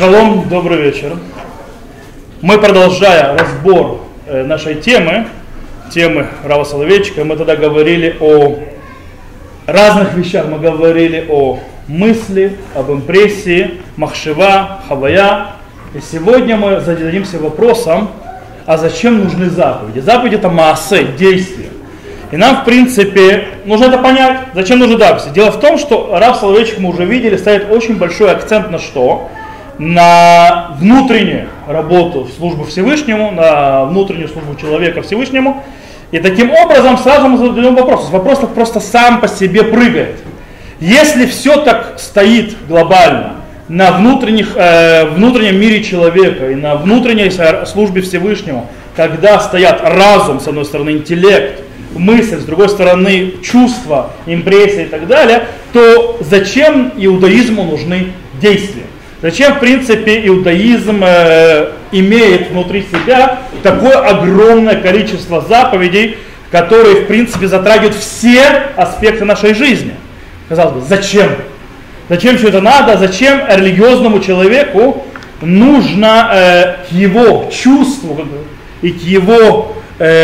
Шалом, добрый вечер. Мы, продолжая разбор нашей темы Рава Соловейчика, мы тогда говорили о разных вещах. Мы говорили о мысли, об импрессии, махшева, хавая. И сегодня мы зададимся вопросом, а зачем нужны заповеди? Заповеди — это маасе, действия. И нам, в принципе, нужно это понять, зачем нужны заповеди. Дело в том, что Рав Соловейчик, мы уже видели, ставит очень большой акцент на что? На внутреннюю работу службы Всевышнему, на внутреннюю службу человека Всевышнему. И таким образом сразу мы задаем вопрос. Вопрос просто сам по себе прыгает. Если все так стоит глобально на внутреннем мире человека и на внутренней службе Всевышнему, когда стоят разум, с одной стороны, интеллект, мысль, с другой стороны, чувства, импрессия и так далее, то зачем иудаизму нужны действия? Зачем, в принципе, иудаизм имеет внутри себя такое огромное количество заповедей, которые, в принципе, затрагивают все аспекты нашей жизни? Казалось бы, зачем? Зачем все это надо? Зачем религиозному человеку нужно к его чувству и к его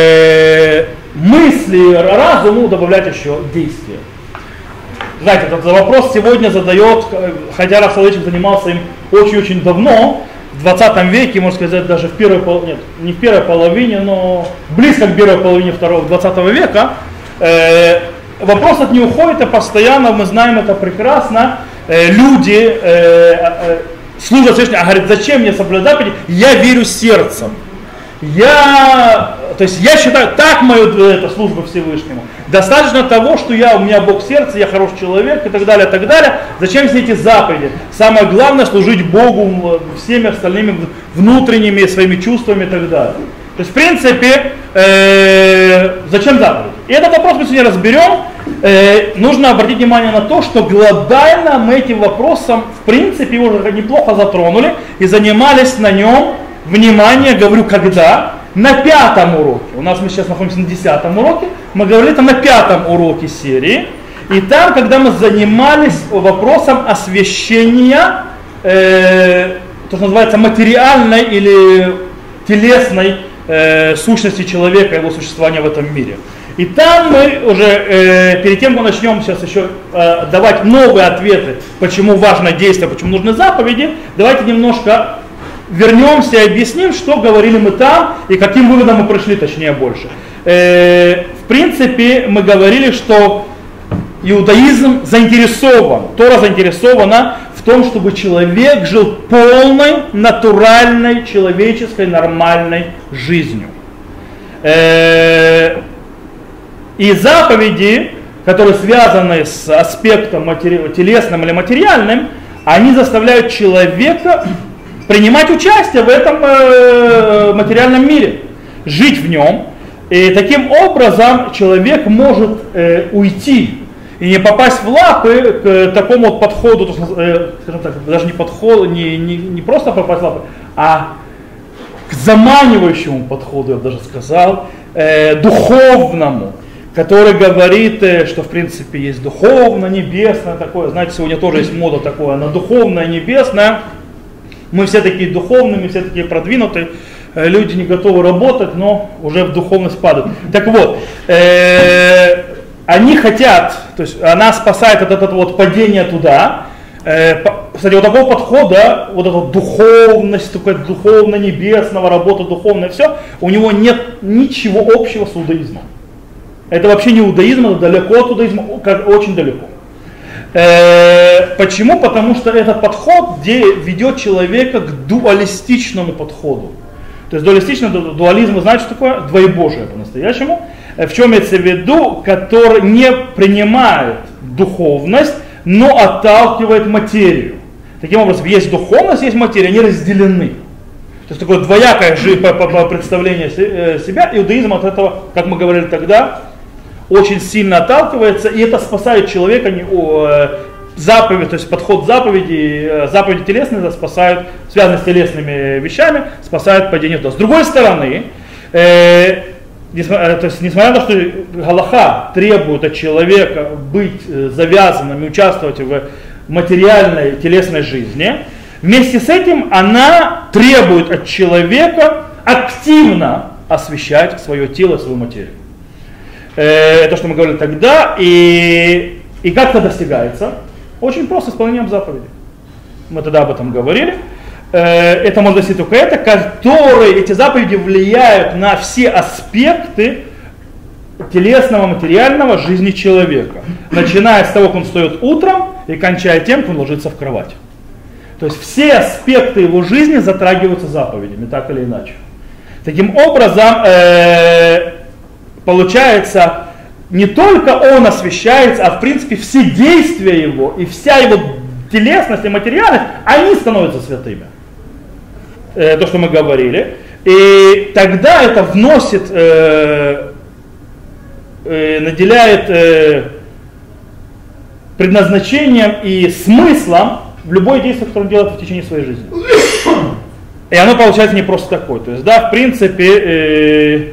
мысли, разуму добавлять еще действия? Знаете, этот вопрос сегодня задает, хотя Рав Соловейчик занимался им очень-очень давно, в 20 веке, можно сказать, даже не в первой половине, но близко к первой половине 20 века, вопрос от не уходит, и постоянно, мы знаем это прекрасно, люди служат Всевышнему, говорят, зачем мне соблюдать заповеди? Я верю сердцем. Я считаю, так моя служба Всевышнему. Достаточно того, что у меня Бог в сердце, я хороший человек и так далее, и так далее. Зачем все эти заповеди? Самое главное — служить Богу всеми остальными внутренними своими чувствами и так далее. То есть, в принципе, зачем заповеди? И этот вопрос мы сегодня разберем. Нужно обратить внимание на то, что глобально мы этим вопросом, в принципе, уже неплохо затронули и занимались на нем, внимание, говорю, когда? На 5-м уроке. У нас мы сейчас находимся на 10-м уроке. Мы говорили это на 5-м уроке серии. И там, когда мы занимались вопросом освящения, то, что называется, материальной или телесной сущности человека, его существования в этом мире. И там мы уже, перед тем, как мы начнем сейчас еще давать новые ответы, почему важно действие, почему нужны заповеди, давайте немножко вернемся и объясним, что говорили мы там и каким выводом мы пришли, точнее, больше. В принципе, мы говорили, что иудаизм заинтересован, Тора заинтересована в том, чтобы человек жил полной, натуральной, человеческой, нормальной жизнью. И заповеди, которые связаны с аспектом телесным или материальным, они заставляют человека принимать участие в этом материальном мире, жить в нем. И таким образом человек может уйти и не попасть в лапы к такому вот подходу, скажем так, даже не подходу, не просто попасть в лапы, а к заманивающему подходу, я бы даже сказал, духовному, который говорит, что в принципе есть духовное, небесное такое. Знаете, сегодня тоже есть мода такое на духовное, небесное. Мы все такие духовные, мы все такие продвинутые, люди не готовы работать, но уже в духовность падают. Так вот, они хотят, то есть она спасает от этого вот падения туда. Кстати, вот такого подхода, вот эта духовность, такая духовно-небесного, работа духовная, все, у него нет ничего общего с иудаизмом. Это вообще не иудаизм, это далеко от иудаизма, очень далеко. Почему? Потому что этот подход ведет человека к дуалистичному подходу. То есть дуализм, вы знаете, что такое? Двоебожие по-настоящему. В чем имеется в виду? Который не принимает духовность, но отталкивает материю. Таким образом, есть духовность, есть материя, они разделены. То есть такое двоякое представление себя. Иудаизм от этого, как мы говорили тогда, очень сильно отталкивается, и это спасает человека, заповедь, то есть подход заповеди телесные спасают, связанные с телесными вещами, спасают падение туда. С другой стороны, несмотря на то, что галаха требует от человека быть завязанным и участвовать в материальной телесной жизни, Вместе с этим она требует от человека активно освещать свое тело, свою материю. Это что мы говорили тогда. И как это достигается? Очень просто, исполнением заповедей. Мы тогда об этом говорили. Это можно достичь только это, которые эти заповеди влияют на все аспекты телесного, материального жизни человека. Начиная с того, как он встает утром и кончая тем, как он ложится в кровать. То есть все аспекты его жизни затрагиваются заповедями, так или иначе. Таким образом, получается, не только он освящается, а в принципе все действия его и вся его телесность и материальность, они становятся святыми. То, что мы говорили. И тогда это вносит, наделяет предназначением и смыслом в любое действие, которое он делает в течение своей жизни. И оно получается не просто такое. То есть, да, в принципе,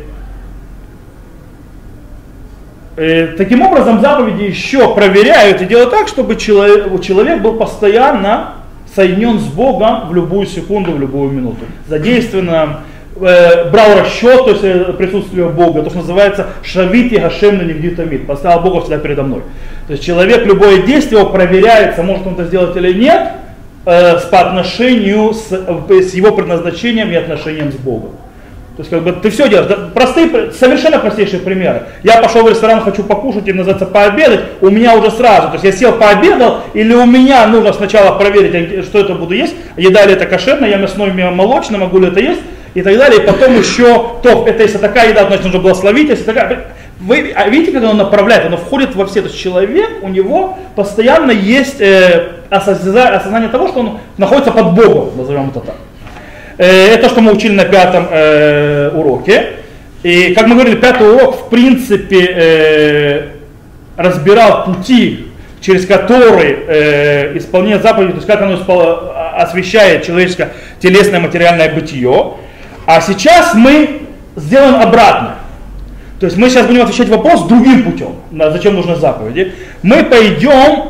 таким образом заповеди еще проверяют и делают так, чтобы человек был постоянно соединен с Богом в любую секунду, в любую минуту. Задействован, брал расчет, то есть присутствие Бога, то, что называется шавити гашем на нигди тамид, поставил Бога всегда передо мной. То есть человек любое действие проверяется, может он это сделать или нет, по отношению с его предназначением и отношением с Богом. То есть как бы ты все делаешь, простые, совершенно простейшие примеры. Я пошел в ресторан, хочу покушать, и называется пообедать, у меня уже сразу, то есть я сел, пообедал, или у меня нужно сначала проверить, что это буду есть, еда ли это кошерная, я мясной, я молочный, могу ли это есть, и так далее, и потом еще, то, это если такая еда, значит нужно благословить, если такая, вы видите, как оно направляет, оно входит во все, то есть человек, у него постоянно есть осознание того, что он находится под Богом, назовем это так. Это что мы учили на 5 уроке. И как мы говорили, 5 урок в принципе разбирал пути, через которые исполнение заповедей, то есть как оно освещает человеческое телесное материальное бытие. А сейчас мы сделаем обратно. То есть мы сейчас будем отвечать вопрос другим путем, зачем нужны заповеди. Мы пойдем,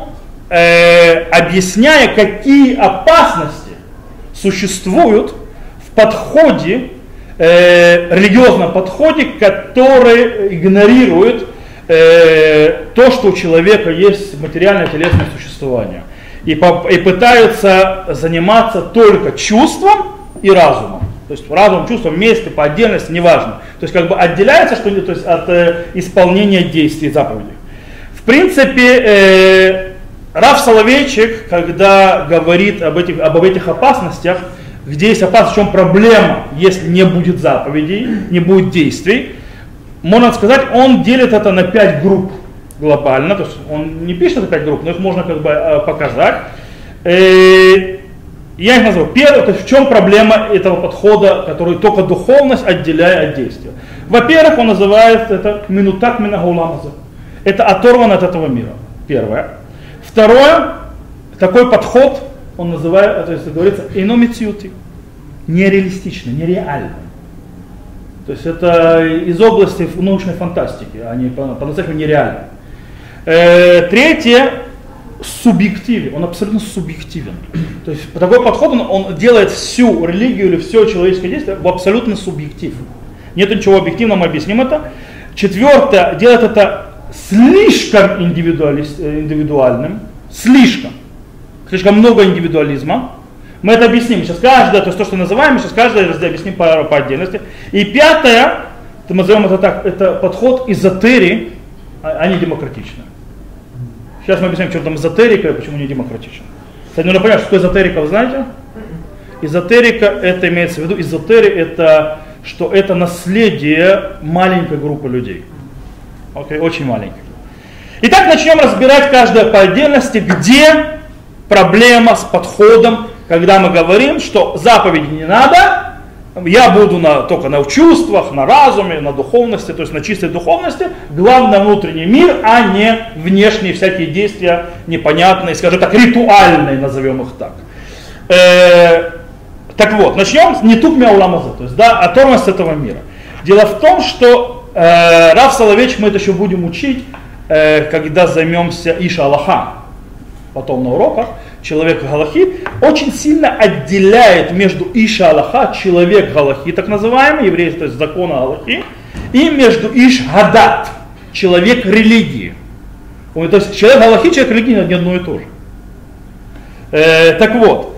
объясняя, какие опасности существуют в подходе, религиозном подходе, который игнорирует то, что у человека есть материальное телесное существование. И пытаются заниматься только чувством и разумом. То есть разум, чувство вместе, по отдельности, неважно. То есть как бы отделяется что-то, то есть от исполнения действий заповедей. В принципе, Рав Соловейчик, когда говорит об этих опасностях, где есть опасность, в чем проблема, если не будет заповедей, не будет действий, можно сказать, он делит это на 5 групп глобально. То есть он не пишет это 5 групп, но их можно как бы показать. Я их назову. Первое, то есть в чем проблема этого подхода, который только духовность отделяет от действия. Во-первых, он называет это минутак минагауламаза. Это оторвано от этого мира. Первое. Второе, такой подход, он называет, то есть говорится, иномициути, нереалистично, нереально. То есть это из области научной фантастики, они по-настоящему нереальны. Третье, субъективен, он абсолютно субъективен. То есть такой подход, он делает всю религию или все человеческое действие в абсолютно субъектив. Нет ничего объективного, мы объясним это. Четвертое, делает это слишком индивидуальным, слишком много индивидуализма. Мы это объясним. Сейчас каждое, то есть то, что называем, сейчас каждое объясним по отдельности. И пятое, мы назовем это так, это подход эзотерии, а не демократичный. Сейчас мы объясним, что там эзотерика и почему не демократично. Кстати, нужно понять, что такое эзотерика, вы знаете? Эзотерика, это имеется в виду, эзотерия, это, что это наследие маленькой группы людей. Окей, очень маленькой. Итак, начнем разбирать каждое по отдельности, где проблема с подходом, когда мы говорим, что заповеди не надо, я буду только на чувствах, на разуме, на духовности, то есть на чистой духовности, главное внутренний мир, а не внешние всякие действия непонятные, скажем так, ритуальные, назовем их так. Так вот, начнем с нитук мяуламаза, то есть да, оторванность этого мира. Дело в том, что Рав Соловейчик, мы это еще будем учить, когда займемся Иша Аллаха, потом на уроках, человек галахи, очень сильно отделяет между иш аллаха, человек галахи, так называемый, еврейский, то есть закона галахи, и между иш гадат, человек религии. То есть человек галахи, человек религии не одно и то же. Так вот,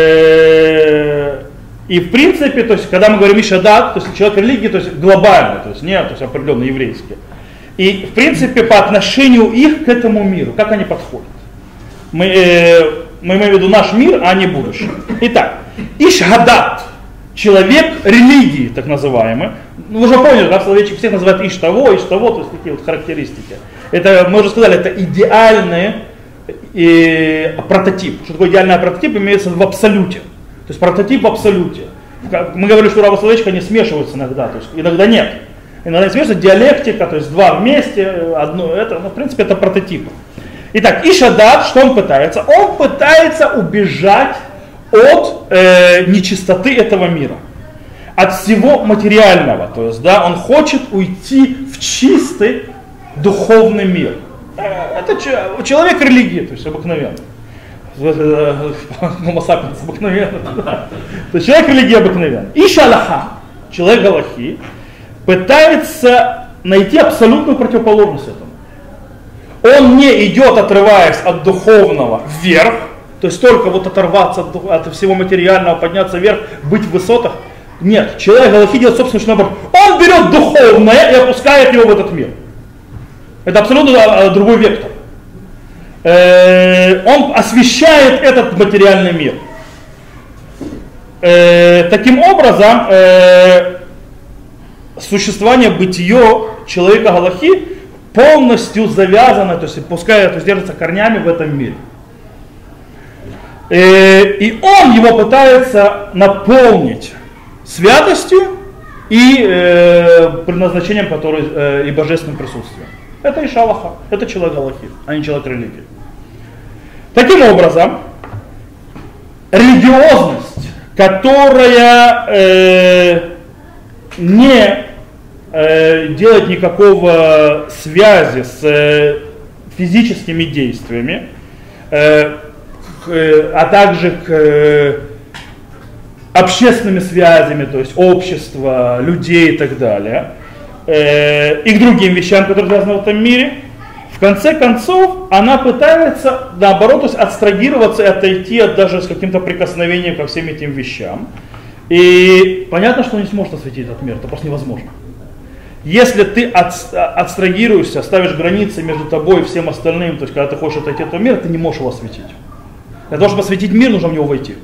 и в принципе, то есть, когда мы говорим иш гадат, то есть человек религии, то есть глобально, то есть не то есть определенно еврейский. И в принципе по отношению их к этому миру, как они подходят. Мы имеем в виду наш мир, а не будущее. Итак, иш гадат, человек религии, так называемый. Ну, вы уже поняли, да, словечек всех называют иш того, то есть такие вот характеристики. Это, мы уже сказали, это идеальный прототип. Что такое идеальный прототип? Имеется в абсолюте. То есть прототип в абсолюте. Мы говорили, что раба словечка не смешиваются иногда, то есть иногда нет. Иногда смешивается диалектика, то есть два вместе, одно это, в принципе, это прототип. Итак, иш гадат, что он пытается? Он пытается убежать от нечистоты этого мира, от всего материального. То есть, да, он хочет уйти в чистый духовный мир. Это человек религии, то есть обыкновенный. Homo sapiens обыкновенный. То есть человек религии обыкновенный. Иш аллаха, человек галахи, пытается найти абсолютную противоположность этому. Он не идет, отрываясь от духовного вверх, то есть только вот оторваться от всего материального, подняться вверх, быть в высотах. Нет, человек галахи делает собственно наоборот. Он берет духовное и опускает его в этот мир. Это абсолютно другой вектор. Он освещает этот материальный мир. Таким образом, существование, бытие человека галахи полностью завязано, то есть пускай это держится корнями в этом мире. И он его пытается наполнить святостью и предназначением, и божественным присутствием. Это иш аллаха, это человек галахи, а не человек религии. Таким образом, религиозность, которая не делает никакого связи с физическими действиями, а также к общественными связями, то есть общества, людей и так далее, и к другим вещам, которые связаны в этом мире, в конце концов она пытается, наоборот, то есть абстрагироваться и отойти от даже с каким-то прикосновением ко всем этим вещам. И понятно, что он не сможет осветить этот мир, это просто невозможно. Если ты абстрагируешься, ставишь границы между тобой и всем остальным, то есть когда ты хочешь отойти от этого мира, ты не можешь его осветить. Для того, чтобы осветить мир, нужно в него войти.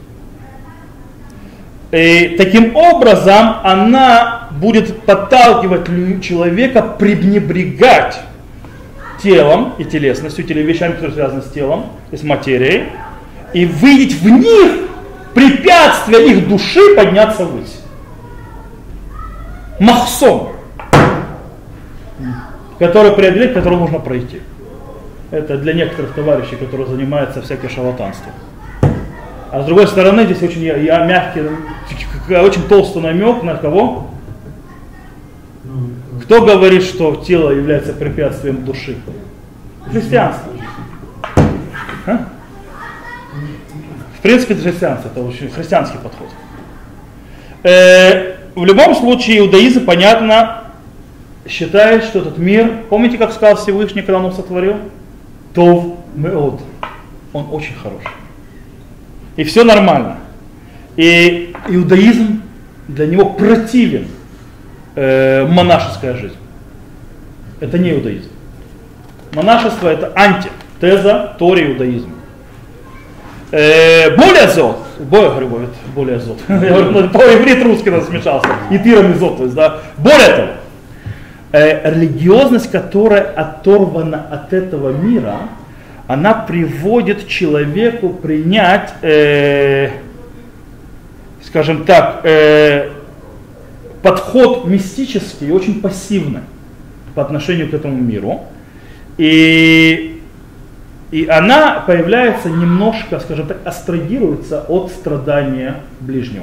И таким образом она будет подталкивать человека пренебрегать телом и телесностью, вещами, которые связаны с телом и с материей, и видеть в них препятствия их души подняться ввысь. Махсон, который преодолеть, который нужно пройти. Это для некоторых товарищей, которые занимаются всяким шарлатанством. А с другой стороны, здесь очень мягкий, очень толстый намек на кого? Кто говорит, что тело является препятствием души? Христианство. А? В принципе, христианство, это очень христианский подход. В любом случае, иудаизм, понятно, считает, что этот мир, помните, как сказал Всевышний, когда он его сотворил? Тов меод. Он очень хороший. И все нормально. И иудаизм для него противен монашеская жизнь. Это не иудаизм. Монашество это антитеза Торе иудаизма. Более зод, более зод. По-иврит русский нас смешался. И тиром и зод, то есть, да. Более того, религиозность, которая оторвана от этого мира, она приводит человеку принять, скажем так, подход мистический и очень пассивный по отношению к этому миру. И она появляется немножко, скажем так, абстрагируется от страдания ближнего.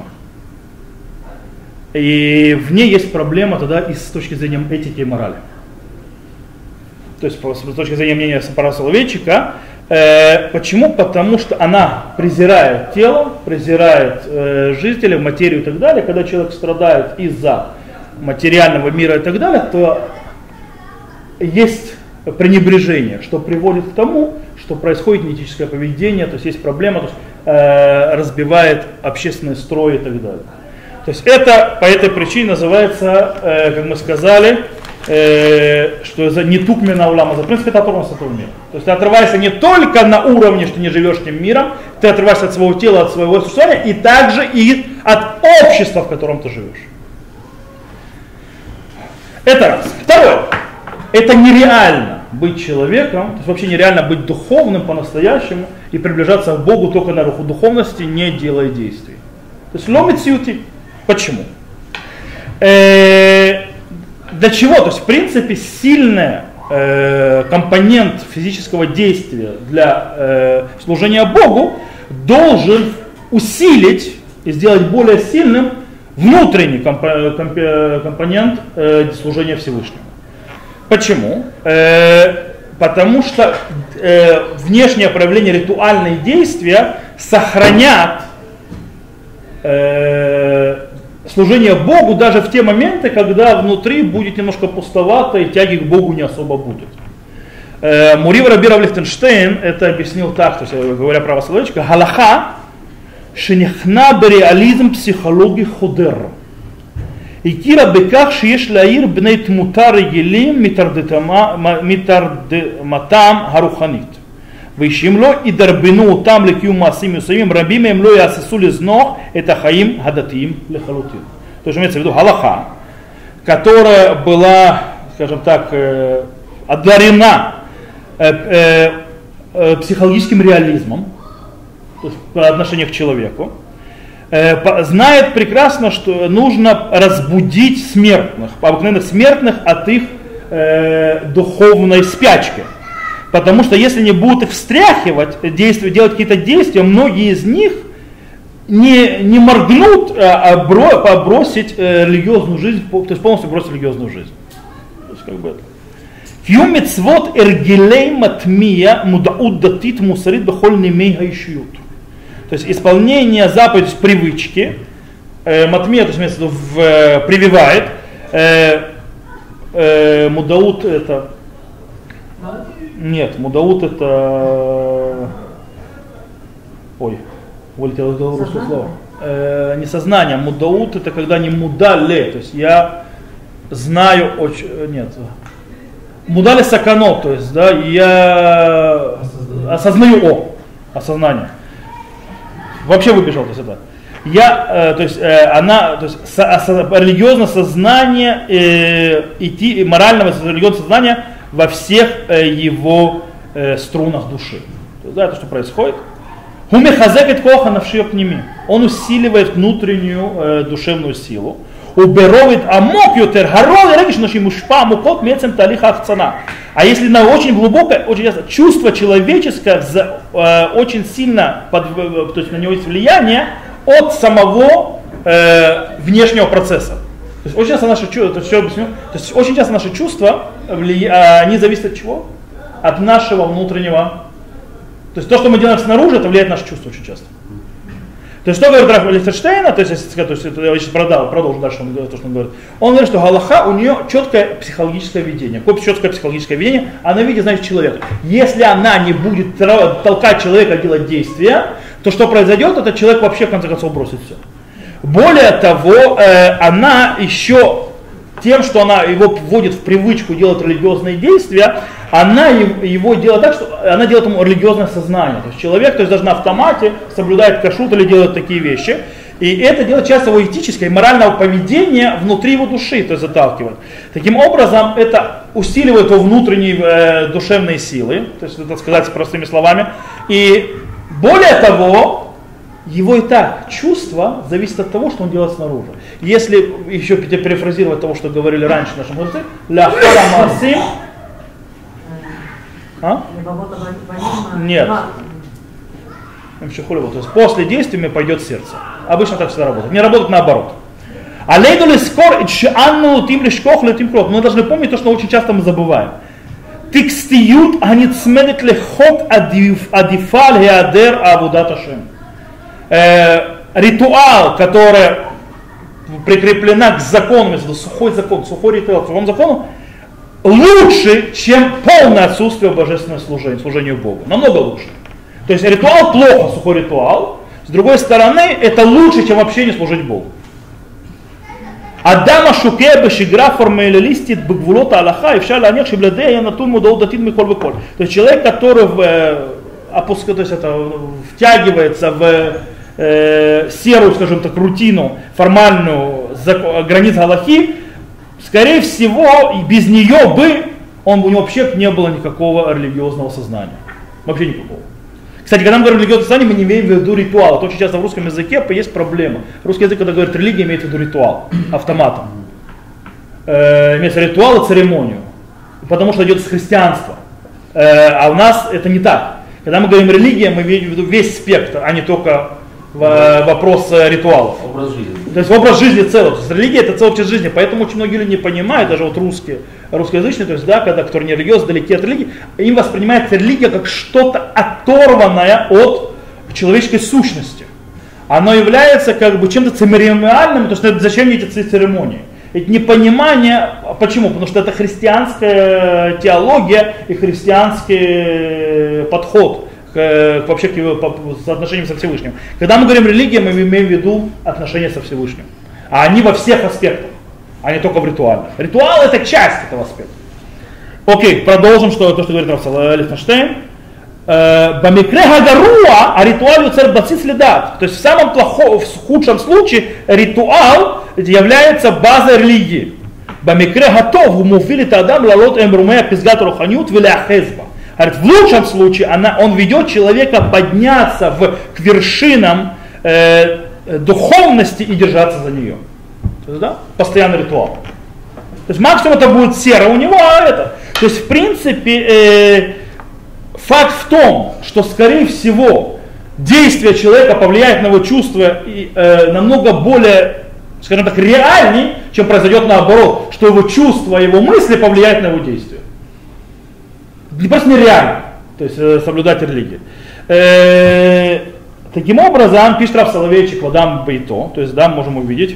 И в ней есть проблема тогда и с точки зрения этики и морали. То есть с точки зрения мнения Сапара Соловейчика, Почему? Потому что она презирает тело, презирает жителей, материю и так далее. Когда человек страдает из-за материального мира и так далее, то есть пренебрежение, что приводит к тому, что происходит неэтическое поведение, то есть проблема, то есть разбивает общественный строй и так далее. То есть это по этой причине называется, как мы сказали, что это не тукмина улама, в принципе это оторванность от этого мира. То есть ты отрываешься не только на уровне, что не живешь тем миром, ты отрываешься от своего тела, от своего существования, и также и от общества, в котором ты живешь. Это раз. Второе. Это нереально быть человеком, то есть вообще нереально быть духовным по-настоящему и приближаться к Богу только на руку духовности, не делая действий. То есть ломит сьюти. Почему? Для чего? То есть в принципе сильный компонент физического действия для служения Богу должен усилить и сделать более сильным внутренний компонент служения Всевышнему. Почему? Потому что внешнее проявление ритуальные действия сохранят служение Богу даже в те моменты, когда внутри будет немножко пустовато и тяги к Богу не особо будет. Мурив Раби Рав Лихтенштейн это объяснил так, то есть, говоря православечко, галаха шенихна бреализм психологии ходер. הכירה בכך שיש להעיר בני תמותה רגילים מתרדמתם הרוחנית ושאם לא ידרבנו אותם לקיום מעשים מסוימים רבים מהם לא יהססו לזנוח את החיים הדתיים לחלוטין. То есть имеется в виду галаха, которая была, скажем так, одарена психологическим реализмом, то есть по отношению к человеку, знает прекрасно, что нужно разбудить смертных, обыкновенных смертных от их духовной спячки. Потому что если они будут их встряхивать, делать какие-то действия, многие из них не моргнут, а бросить религиозную жизнь, то есть полностью бросить религиозную жизнь. То есть как бы это. Кью мицвот эргилей матмия мудаут датит мусарит бехоль немей хаишиют. То есть исполнение заповедей, привычки, матмия, то есть имеется в виду, прививает, мудаут это, нет, мудаут это, вылетело из головы русское слово, не сознание, мудаут это когда не мудале, то есть я знаю, нет, мудале сакано, то есть, да, я осознаю осознание. Вообще выбежал, то есть это. Религиозное сознание, идти морального религиозного сознания во всех его струнах души. То есть, да, это что происходит. Он усиливает внутреннюю душевную силу. Уберовит амок ютер гарол регишноши мушпа мукот мецем талиха ахцана. А если на очень глубокое, очень часто чувство человеческое очень сильно, то есть на него есть влияние от самого внешнего процесса. То есть очень часто наши чувства, они зависят от чего? От нашего внутреннего. То есть то, что мы делаем снаружи, это влияет на наши чувства очень часто. То есть что говорит Рав Лихтенштейна, то есть я сейчас продолжу дальше то, что он говорит. Он говорит, что галаха у нее четкое психологическое видение. Какое четкое психологическое видение? Она видит, значит, человека. Если она не будет толкать человека делать действия, то что произойдет? Этот человек вообще в конце концов бросит все. Более того, она еще тем, что она его вводит в привычку делать религиозные действия, она его делает так, что она делает ему религиозное сознание. То есть человек, то есть даже на автомате соблюдает кашрут или делает такие вещи. И это делает часть его этического и морального поведения внутри его души, то есть заталкивает. Таким образом, это усиливает его внутренние душевные силы, то есть, так сказать, простыми словами. И более того, его и так чувство зависит от того, что он делает снаружи. Если еще перефразировать того, что говорили раньше наши мудрецы, ля харамасим. Нет. То есть после действия пойдет сердце. Обычно так всегда работает. Не работает наоборот. Мы должны помнить то, что очень часто мы забываем. текстиют аницмедет лехок адифаль геадер абудат ашем. Ритуал, который прикреплена к закону, сухой закон, сухой ритуал, к сухому закону, лучше, чем полное отсутствие божественного служения, служению Богу. Намного лучше. То есть ритуал плохо, сухой ритуал. С другой стороны, это лучше, чем вообще не служить Богу. Адама шуке бешигра формалистит бгвулота алаха и вшала анех шиблядея я натун мудау датин миколь веколь. То есть человек, который втягивается в серую, скажем так, рутину, формальную границ галахи, скорее всего, и без нее у него вообще не было никакого религиозного сознания. Вообще никакого. Кстати, когда мы говорим религиозное сознание, мы не имеем в виду ритуал. Это очень часто в русском языке есть проблема. Русский язык, когда говорит религия, имеет в виду ритуал, автоматом. Имеется ритуал и церемонию. Потому что идет с христианства. А у нас это не так. Когда мы говорим религия, мы имеем в виду весь спектр, а не только вопрос ритуалов. Образ жизни. То есть образ жизни целый. То есть религия это целый образ жизни. Поэтому очень многие люди не понимают, даже вот русскоязычные, то есть, да, когда, которые не религиозны, далеки от религии, им воспринимается религия как что-то оторванное от человеческой сущности. Оно является как бы чем-то церемониальным, то есть зачем мне эти церемонии? Это непонимание, почему? Потому что это христианская теология и христианский подход вообще к отношениям со Всевышним. Когда мы говорим религия, мы имеем в виду отношения со Всевышним. А они во всех аспектах, а не только в ритуале. Ритуал это часть этого аспекта. Окей, продолжим, то, что говорит Раф Лихтенштейн. Бамикре хагаруа, а ритуал юцер бацис ледат. То есть в самом плохом, в худшем случае ритуал является базой религии. Бамикре хатов умуфилит адам лалот эмрумея пизгат руханют виляхезба. В лучшем случае он ведет человека подняться к вершинам духовности и держаться за нее. То есть, да, постоянный ритуал. То есть максимум это будет сера у него, а это. То есть в принципе факт в том, что скорее всего действие человека повлияет на его чувства намного более, скажем так, реальней, чем произойдет наоборот, что его чувства, его мысли повлияют на его действия. Просто нереально, то есть соблюдать религию. Таким образом, пишет Рав Соловейчик Ладам Бейто, то есть, да, можем увидеть,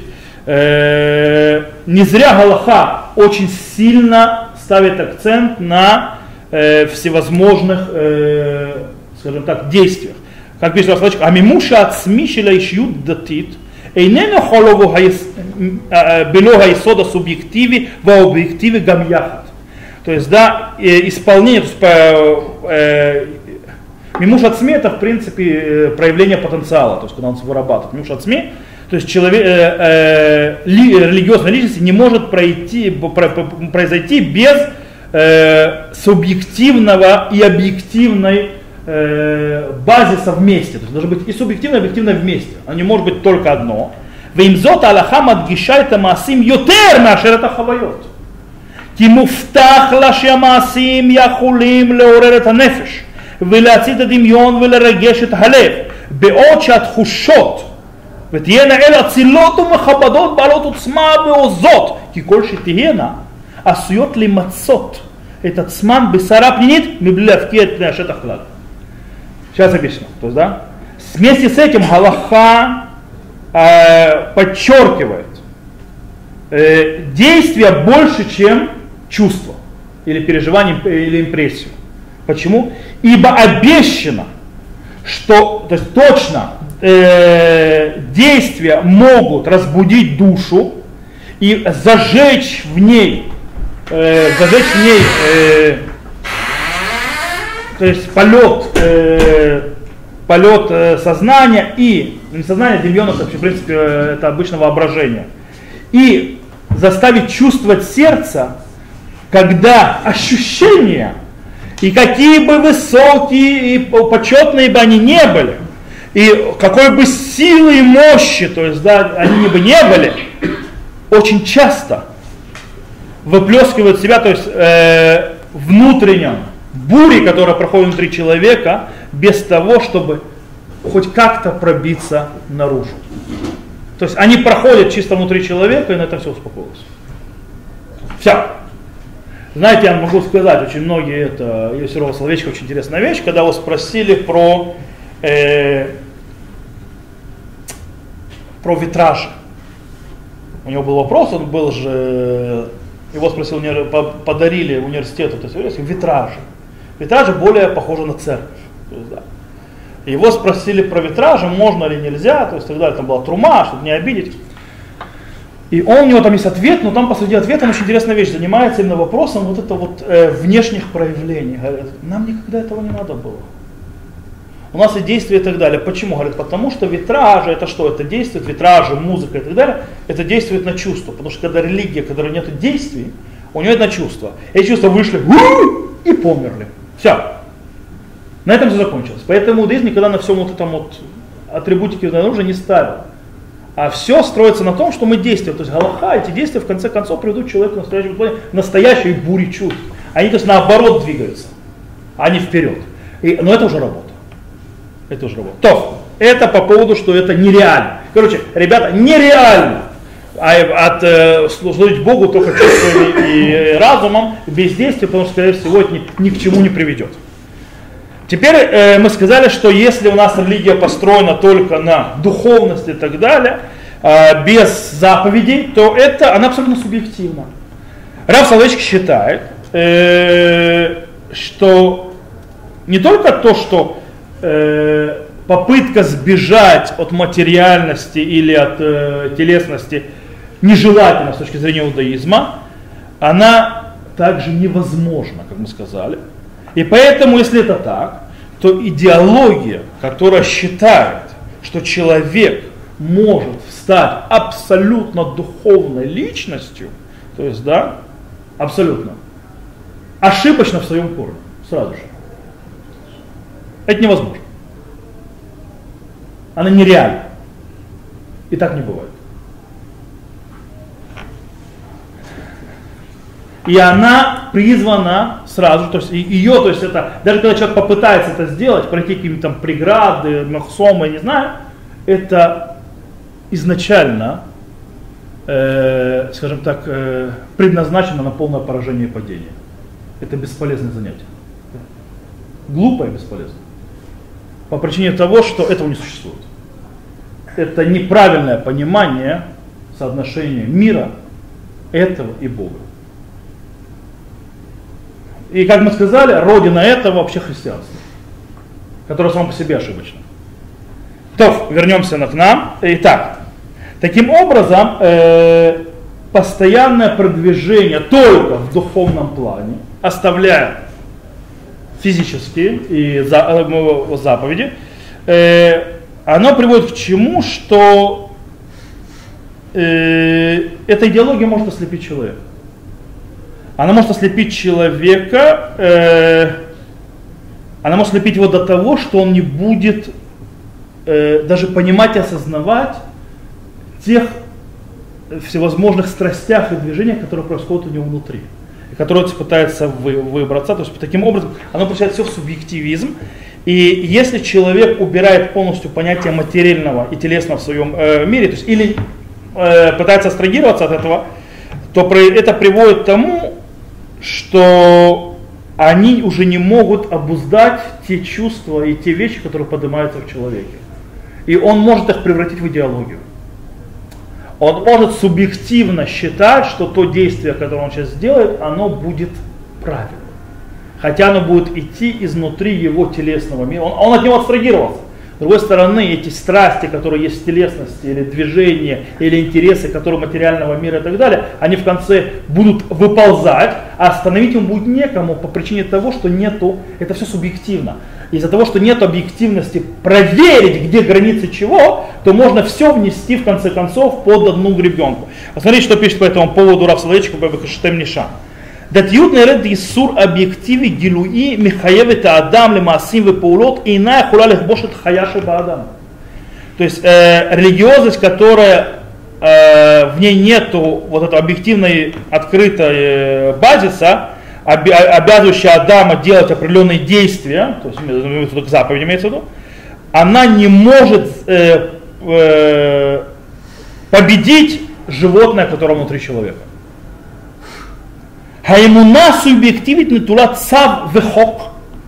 не зря Галаха очень сильно ставит акцент на всевозможных, скажем так, действиях. Как пишет Рав Соловейчик, амимуша от смишеля ишьют датит, эйнену холову бело хайсода субъективи во объективе гамьяхат. То есть, да, исполнение, мимуш ацми это в принципе проявление потенциала, то есть когда он вырабатывает. Мимуш ацми, то есть религиозная личность не может произойти без субъективного и объективной базиса вместе. То есть должно быть и субъективное, и объективное вместе. Оно не может быть только одно. Вимзот алаха мадгишайта маасим йотер машер это хавайот. כי מובטח לה שהמעשים יכולים לעורר את הנפש ולהצית את הדמיון ולרגש את הלב בעוד שהתחושות ותהיינה אלה אצילות ומכבדות בעלות עוצמה ועוזות כי כל שתהיינה עשויות למצות את עצמן בסערה פנימית מבלי להפקיע את פני השטח כלל. Сейчас объясню. То есть, да? Вместе с этим Галаха подчеркивает действия больше, чем чувство, или переживание, или импрессию. Почему? Ибо обещано, что, то есть точно, действия могут разбудить душу и зажечь в ней, то есть полет сознания и, не сознания, демьона, в принципе, это обычно воображение. И заставить чувствовать сердце, когда ощущения, и какие бы высокие и почетные бы они не были, и какой бы силы и мощи, то есть, да, они бы не были, очень часто выплескивают себя, то есть внутреннем буре, которая проходит внутри человека, без того, чтобы хоть как-то пробиться наружу. То есть они проходят чисто внутри человека, и на этом все успокоилось. Все. Знаете, я могу сказать, очень многие, это, есть Рова Соловейчик, очень интересная вещь, когда его спросили про витражи. У него был вопрос, он был же, его спросил, подарили университету, то есть витражи. Витражи более похожи на церковь. То есть, да. Его спросили про витражи, можно или нельзя, то есть тогда там была трума, чтобы не обидеть. И у него там есть ответ, но там посреди ответа очень интересная вещь, занимается именно вопросом вот это вот внешних проявлений. Говорит, нам никогда этого не надо было. У нас и действия и так далее. Почему? Говорит, потому что витражи, это что? Это действует, витражи, музыка и так далее, это действует на чувство. Потому что когда религия, которой нет действий, у нее это чувство. Эти чувства вышли и померли. Все. На этом все закончилось. Поэтому иудаизм никогда на всем вот этом вот атрибутике уже не ставил. А все строится на том, что мы действуем. То есть галаха, эти действия в конце концов приведут человека к настоящей буре чувств. Они то есть наоборот двигаются, а не вперед. Но это уже работа. Это уже работа. То, это по поводу, что это нереально. Короче, ребята, нереально служить Богу только чувствами и разумом, без действия, потому что, скорее всего, это ни к чему не приведет. Теперь мы сказали, что если у нас религия построена только на духовности и так далее, без заповедей, то она абсолютно субъективна. Рав Соловейчик считает, что не только то, что попытка сбежать от материальности или от телесности нежелательна с точки зрения иудаизма, она также невозможна, как мы сказали. И поэтому, если это так, то идеология, которая считает, что человек может стать абсолютно духовной личностью, то есть, да, абсолютно, ошибочна в своем корне, сразу же. Это невозможно. Она нереальна. И так не бывает. И она призвана сразу, то есть ее, то есть это, даже когда человек попытается это сделать, пройти какие-то там преграды, махсомы, не знаю, это изначально, скажем так, предназначено на полное поражение и падение. Это бесполезное занятие. Глупое и бесполезное. По причине того, что этого не существует. Это неправильное понимание соотношения мира, этого и Бога. И, как мы сказали, родина этого вообще христианство, которое само по себе ошибочно. То, вернемся к нам. Итак, таким образом, постоянное продвижение только в духовном плане, оставляя физические и заповеди, оно приводит к чему, что эта идеология может ослепить человека. Она может ослепить человека, она может ослепить его до того, что он не будет даже понимать и осознавать тех всевозможных страстях и движениях, которые происходят у него внутри, и которые он пытается выбраться. То есть таким образом оно превращает все в субъективизм. И если человек убирает полностью понятие материального и телесного в своем мире, то есть или пытается абстрагироваться от этого, то это приводит к тому, что они уже не могут обуздать те чувства и те вещи, которые поднимаются в человеке. И он может их превратить в идеологию. Он может субъективно считать, что то действие, которое он сейчас сделает, оно будет правильным. Хотя оно будет идти изнутри его телесного мира. Он от него абстрагировался. С другой стороны, эти страсти, которые есть в телесности, или движения, или интересы, которые материального мира и так далее, они в конце будут выползать, а остановить им будет некому по причине того, что нету, это все субъективно. Из-за того, что нет объективности проверить, где границы чего, то можно все внести в конце концов под одну гребенку. Посмотрите, что пишет по этому поводу Рав Соловейчик Бабакаштем Ниша. דתיות נראית איסור אובייקטיבי גילוי מחייב את האדם למעשים ופעולות אינה יכולה לכבוש את חיה שבאדם. То есть религиозность, которая в ней нету вот этого объективной открытой базиса, обязывающая Адама делать определенные действия, то есть заповедь имеется в виду, она не может победить животное, которое внутри человека. האמונה סובייקטיבית נטולת צו וחוק,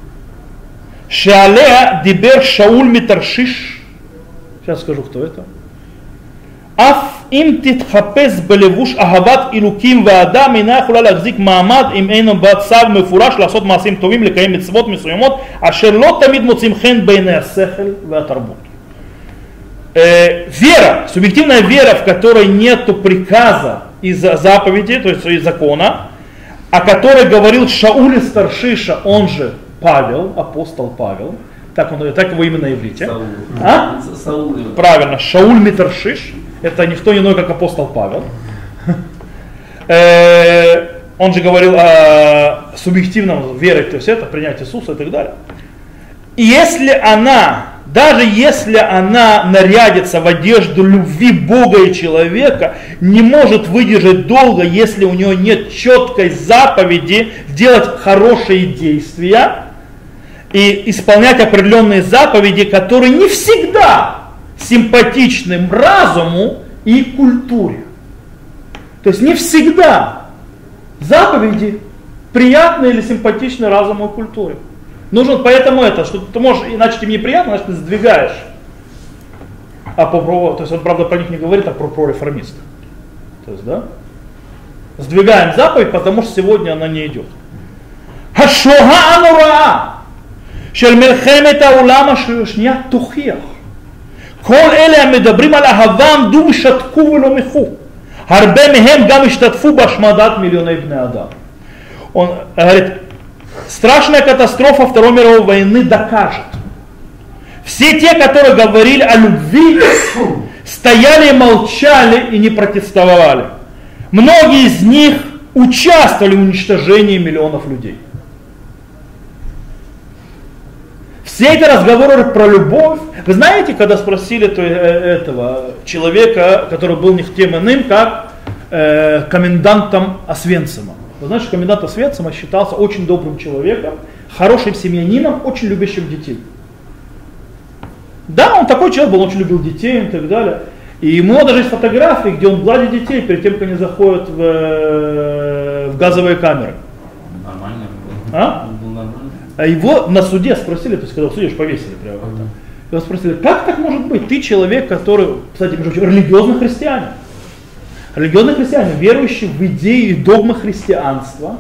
שעליה דיבר שאול מתרשיש, сейчас скажу, кто это, אף אם תתחפש בלבוש אהבת אלוקים ואדם, אינה יכולה להחזיק מעמד אם אין בה צו מפורש לעשות מעשים טובים, לקיים מצוות מסוימות, אשר לא תמיד מוצאים חן בעיני השכל והתרבות. Вера, субъективная вера, в которой нет приказа и заповеди, то есть и закона, о которой говорил Шауль из Таршиша, он же Павел, апостол Павел, так его имя на иврите. Саул. Правильно, Шауль Митаршиш, это никто иной, как апостол Павел. Он же говорил о субъективном вере, то есть это принять Иисуса и так далее. И если она, даже если она нарядится в одежду любви Бога и человека, не может выдержать долго, если у нее нет четкой заповеди делать хорошие действия и исполнять определенные заповеди, которые не всегда симпатичны разуму и культуре. То есть не всегда заповеди приятны или симпатичны разуму и культуре. Нужно поэтому это, что ты можешь, иначе тебе неприятно, значит ты сдвигаешь. То есть он, правда, про них не говорит, а про прореформистов. То есть, да? Сдвигаем заповедь, потому что сегодня она не идет. Хашоха анура, шель мельхемет аулам השנייה תוכיח. כל אלה המדברים על אהבה עמדו ושתקו ולא מחו. הרבה מהם גם השתתפו בהשמדת מיליוני בני אדם. Он говорит, страшная катастрофа Второй мировой войны докажет. Все те, которые говорили о любви, стояли и молчали и не протестовали. Многие из них участвовали в уничтожении миллионов людей. Все эти разговоры про любовь, вы знаете, когда спросили этого человека, который был не тем иным, как комендантом Освенцима. Вы знаете, что комендант Освенцима считался очень добрым человеком, хорошим семьянином, очень любящим детей. Да, он такой человек был, он очень любил детей и так далее. И у него даже есть фотографии, где он гладит детей перед тем, как они заходят в газовые камеры. Нормально был. А? Он был нормально. А его на суде спросили, то есть когда в суде повесили прямо там. Его спросили, как так может быть? Ты человек, который, кстати, религиозный христианин. Религиозные христиане, верующие в идеи и догмы христианства,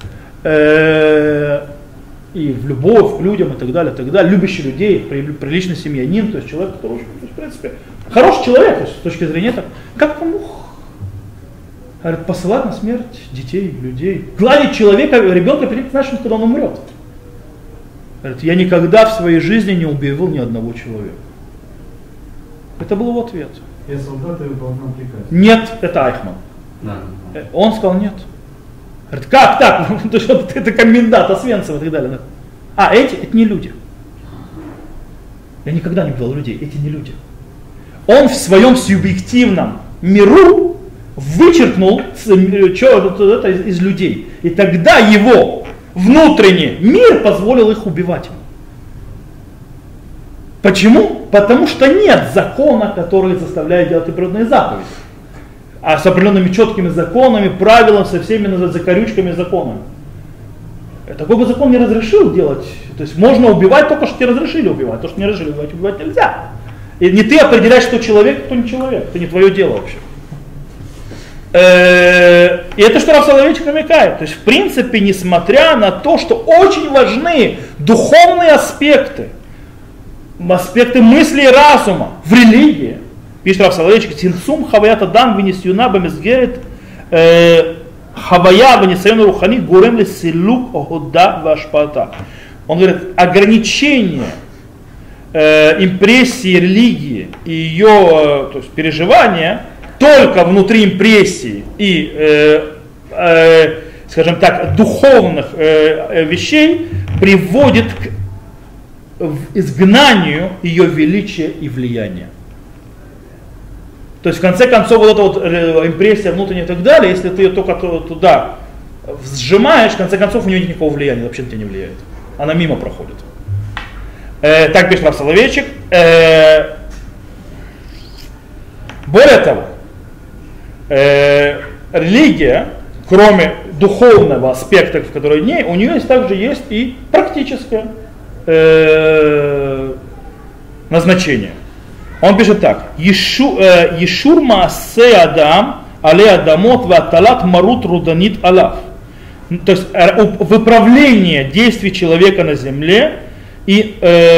и в любовь к людям и так далее, любящий людей, приличный семьянин, то есть человек, который, в принципе, хороший человек, то есть, с точки зрения этого, как он мог, говорит, посылать на смерть детей, людей, гладить человека, ребенка, знаешь, когда он умрет. Говорит, я никогда в своей жизни не убивал ни одного человека. Это был его ответ. Я солдаты выполнял приказ. Нет, это Айхман. Да. Он сказал нет. Говорит, как так? Это комендант Освенцима и так далее. Эти, это не люди. Я никогда не убивал людей, эти не люди. Он в своем субъективном миру вычеркнул это из людей. И тогда его внутренний мир позволил их убивать. Почему? Потому что нет закона, который заставляет делать определенные заповеди. А с определенными четкими законами, правилами, со всеми закорючками законами. Такой бы закон не разрешил делать. То есть можно убивать только, что тебе разрешили убивать. То, что не разрешили убивать нельзя. И не ты определяешь, кто человек, кто не человек. Это не твое дело вообще. И это что Рав Соловейчик намекает. То есть в принципе, несмотря на то, что очень важны духовные аспекты мысли и разума в религии, пишет Рав Соловейчик, «Цимцум хаваят адам венесюна бамизгерет хавая венесюна рухани гурем ли силук огода вашпата». Он говорит, ограничение импрессии религии и ее, то есть, переживания только внутри импрессии и, скажем так, духовных вещей приводит к изгнанию ее величия и влияния. То есть в конце концов вот эта вот импрессия внутренняя и так далее, если ты ее только туда сжимаешь, в конце концов у нее нет никакого влияния, вообще на тебя не влияет. Она мимо проходит. Так пишет Рав Соловейчик. Более того, религия, кроме духовного аспекта, в которой дней, у нее также есть и практическое назначение. Он пишет так: Ешур маасе адам але адамот ваталат марут руданит алав. То есть выправление действий человека на земле и,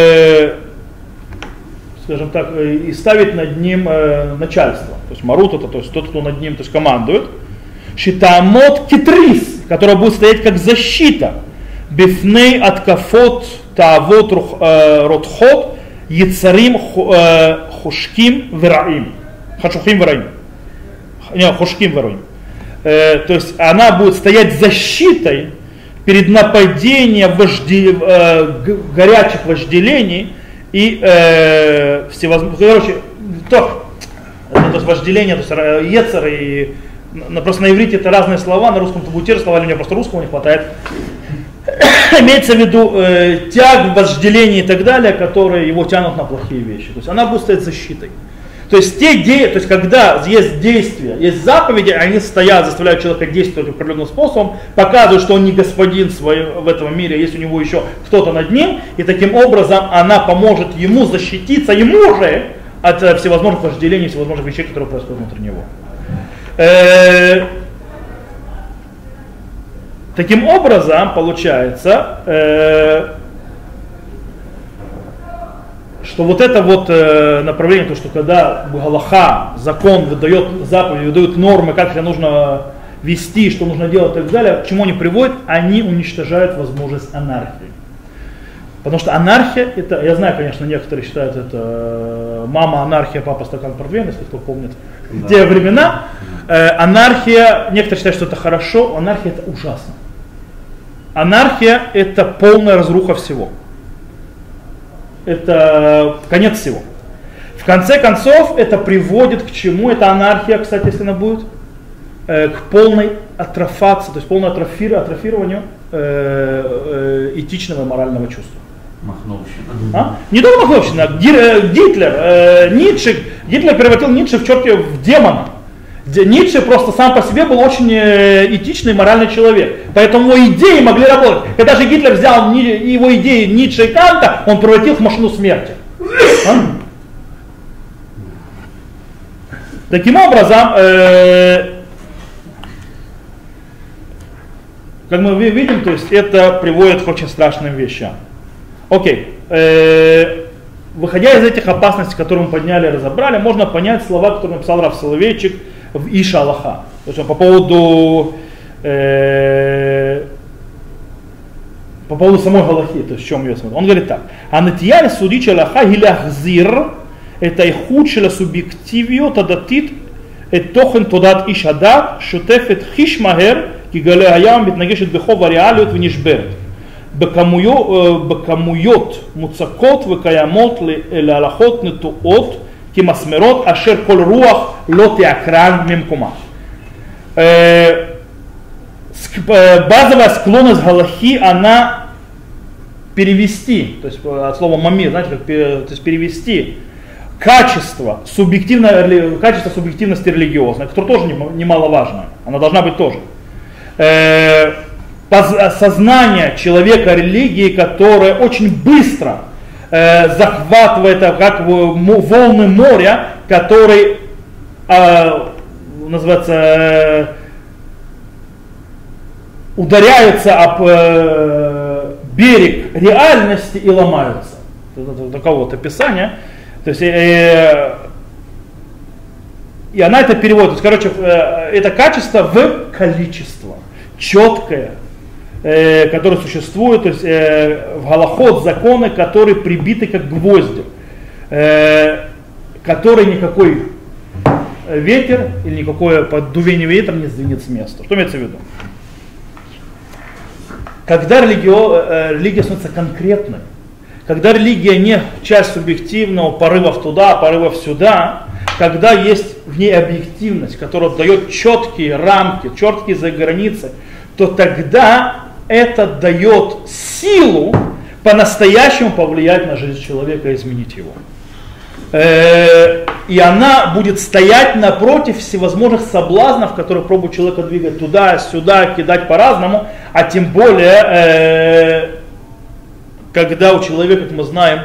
скажем так, и ставить над ним начальство. То есть марут это, то есть тот, кто над ним, то есть командует. Шитамот китрис, которая будет стоять как защита. Бифней аткафот таавот ротхот яцарим хушким вераим. Хашухим вераим. Не, хушким вераим. То есть она будет стоять защитой перед нападением горячих вожделений и всевозможных. Короче, то есть вожделение, то есть ецер и просто на иврите это разные слова, на русском это будут те же слова, или мне просто русского не хватает. Имеется в виду тяг, вожделение и так далее, которые его тянут на плохие вещи. То есть она будет стоять защитой. То есть то есть когда есть действия, есть заповеди, они стоят, заставляют человека действовать определенным способом, показывают, что он не господин в этом мире, есть у него еще кто-то над ним, и таким образом она поможет ему защититься, ему же, от всевозможных вожделений, всевозможных вещей, которые происходят внутри него. Таким образом, получается, что вот это вот направление, то, что когда галаха, закон выдает заповеди, выдает нормы, как себя нужно вести, что нужно делать и так далее, к чему они приводят, они уничтожают возможность анархии. Потому что анархия, это, я знаю, конечно, некоторые считают это мама анархия, папа стакан портвейна, если кто помнит те времена. Анархия, некоторые считают, что это хорошо, анархия это ужасно. Анархия это полная разруха всего. Это конец всего. В конце концов, это приводит к чему? Это анархия, кстати, если она будет, к полной атрофации, то есть полному атрофированию этичного и морального чувства. Махновщина. Не только махновщина. Гитлер, Ницше, Гитлер превратил Ницше в демона. Ницше просто сам по себе был очень этичный и моральный человек. Поэтому его идеи могли работать. Когда же Гитлер взял его идеи Ницше и Канта, он превратил их в машину смерти. Таким образом, как мы видим, то есть это приводит к очень страшным вещам. Окей. Выходя из этих опасностей, которые мы подняли и разобрали, можно понять слова, которые написал Рав Соловейчик в Иша Аллаха. То есть по поводу самой Галахи, то есть в чем ее смысл. Он говорит так: Анатияли судич Аллаха гиляхзир это и худшая субъективию тадатит et тохен тодат ишадат шутефет хишмагер кигале аям битнагешет бехова реалиот внишберет. בכמויות מוצקות וקיימות להלכות נטועות כמסמרות אשר כל רוח לא תעקרן ממקומה. Базовая склонность галахи, она перевести, то есть от слова мамир, знаете, то есть перевести качество субъективности религиозной, которое тоже немаловажно, она должна быть тоже. Сознание человека религии, которое очень быстро захватывает, как волны моря, который называется, ударяются об берег реальности и ломаются. Это такого-то описания. То есть, и она это переводит. То есть, короче, это качество в количество, четкое, которые существуют, то есть в галахот законы, которые прибиты как гвозди, которые никакой ветер или никакое поддувение ветра не сдвинет с места. Что имеется в виду? Когда религия становится конкретной, когда религия не часть субъективного порывов туда, порывов сюда, когда есть в ней объективность, которая дает четкие рамки, четкие заграницы, то тогда это дает силу по-настоящему повлиять на жизнь человека и изменить его. И она будет стоять напротив всевозможных соблазнов, которые пробуют человека двигать туда-сюда, кидать по-разному. А тем более, когда у человека, как мы знаем,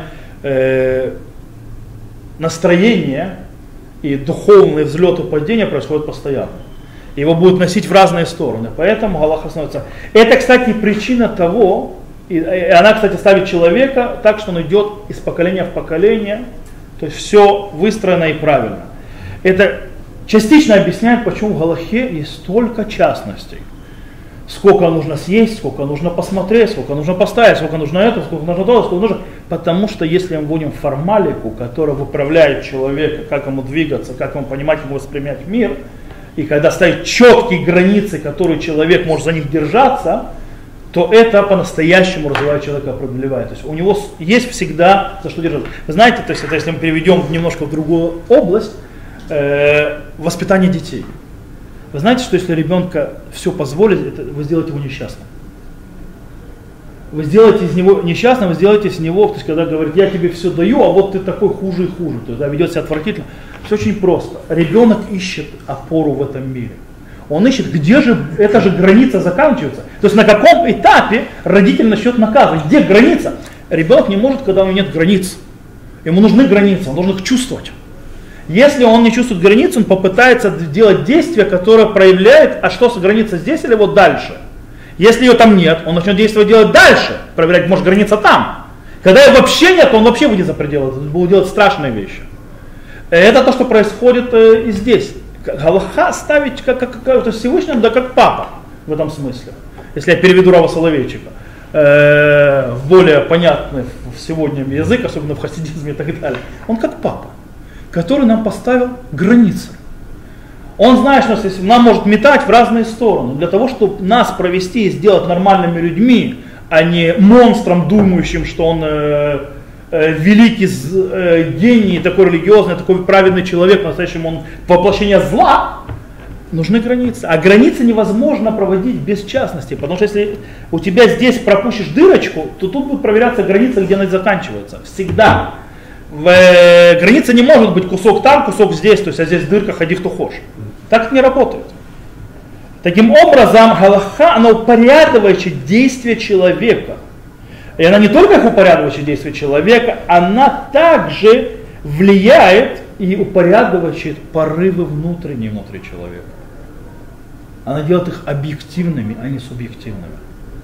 настроение и духовные взлеты и падения происходят постоянно. Его будут носить в разные стороны. Поэтому Галаха становится. Это, кстати, причина того, и она, кстати, ставит человека так, что он идет из поколения в поколение. То есть все выстроено и правильно. Это частично объясняет, почему в Галахе есть столько частностей. Сколько нужно съесть, сколько нужно посмотреть, сколько нужно поставить, сколько нужно это, сколько нужно то, сколько нужно. Потому что если мы вводим формалику, которая выправляет человека, как ему двигаться, как ему понимать, как ему воспринимать мир, и когда ставить четкие границы, которые человек может за них держаться, то это по-настоящему развивает человека, преодолевает. То есть у него есть всегда за что держаться. Вы знаете, то есть это если мы переведем немножко в другую область, воспитание детей. Вы знаете, что если ребенка все позволит, это вы сделаете его несчастным. Вы сделаете из него несчастным, вы сделаете из него, то есть когда говорит, я тебе все даю, а вот ты такой хуже и хуже, то есть да, ведет себя отвратительно. Все очень просто. Ребенок ищет опору в этом мире. Он ищет, где же эта же граница заканчивается. То есть на каком этапе родитель начнет наказывать. Где граница? Ребенок не может, когда у него нет границ. Ему нужны границы, он должен их чувствовать. Если он не чувствует границ, он попытается делать действие, которое проявляет, а что с границей здесь или вот дальше. Если ее там нет, он начнет действовать делать дальше, проверять, может граница там. Когда ее вообще нет, он вообще выйдет за пределы, будет делать страшные вещи. Это то, что происходит и здесь. Галаха ставить как Всевышнему, да как папа в этом смысле. Если я переведу Рава Соловейчика в более понятный сегодня язык, особенно в хасидизме и так далее. Он как папа, который нам поставил границы. Он знает, что нам может метать в разные стороны. Для того, чтобы нас провести и сделать нормальными людьми, а не монстром, думающим, что он великий гений, такой религиозный, такой праведный человек, по-настоящему он воплощение зла, нужны границы. А границы невозможно проводить без частности, потому что если у тебя здесь пропустишь дырочку, то тут будет проверяться граница, где она заканчивается. Всегда. Граница не может быть кусок там, кусок здесь, то есть а здесь дырка, ходи кто хочешь. Так это не работает. Таким образом, Галаха, она упорядочивает действия человека. И она не только упорядочивает действия человека, она также влияет и упорядочивает порывы внутренние внутри человека. Она делает их объективными, а не субъективными.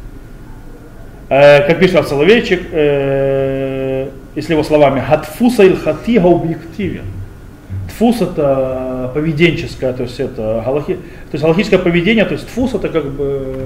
Как пишет Рав Соловейчик, если его словами, «Хатфуса илхати гаубъективен». Тфус это поведенческое, то есть это галахи, то есть галахическое поведение, то есть тфус это как бы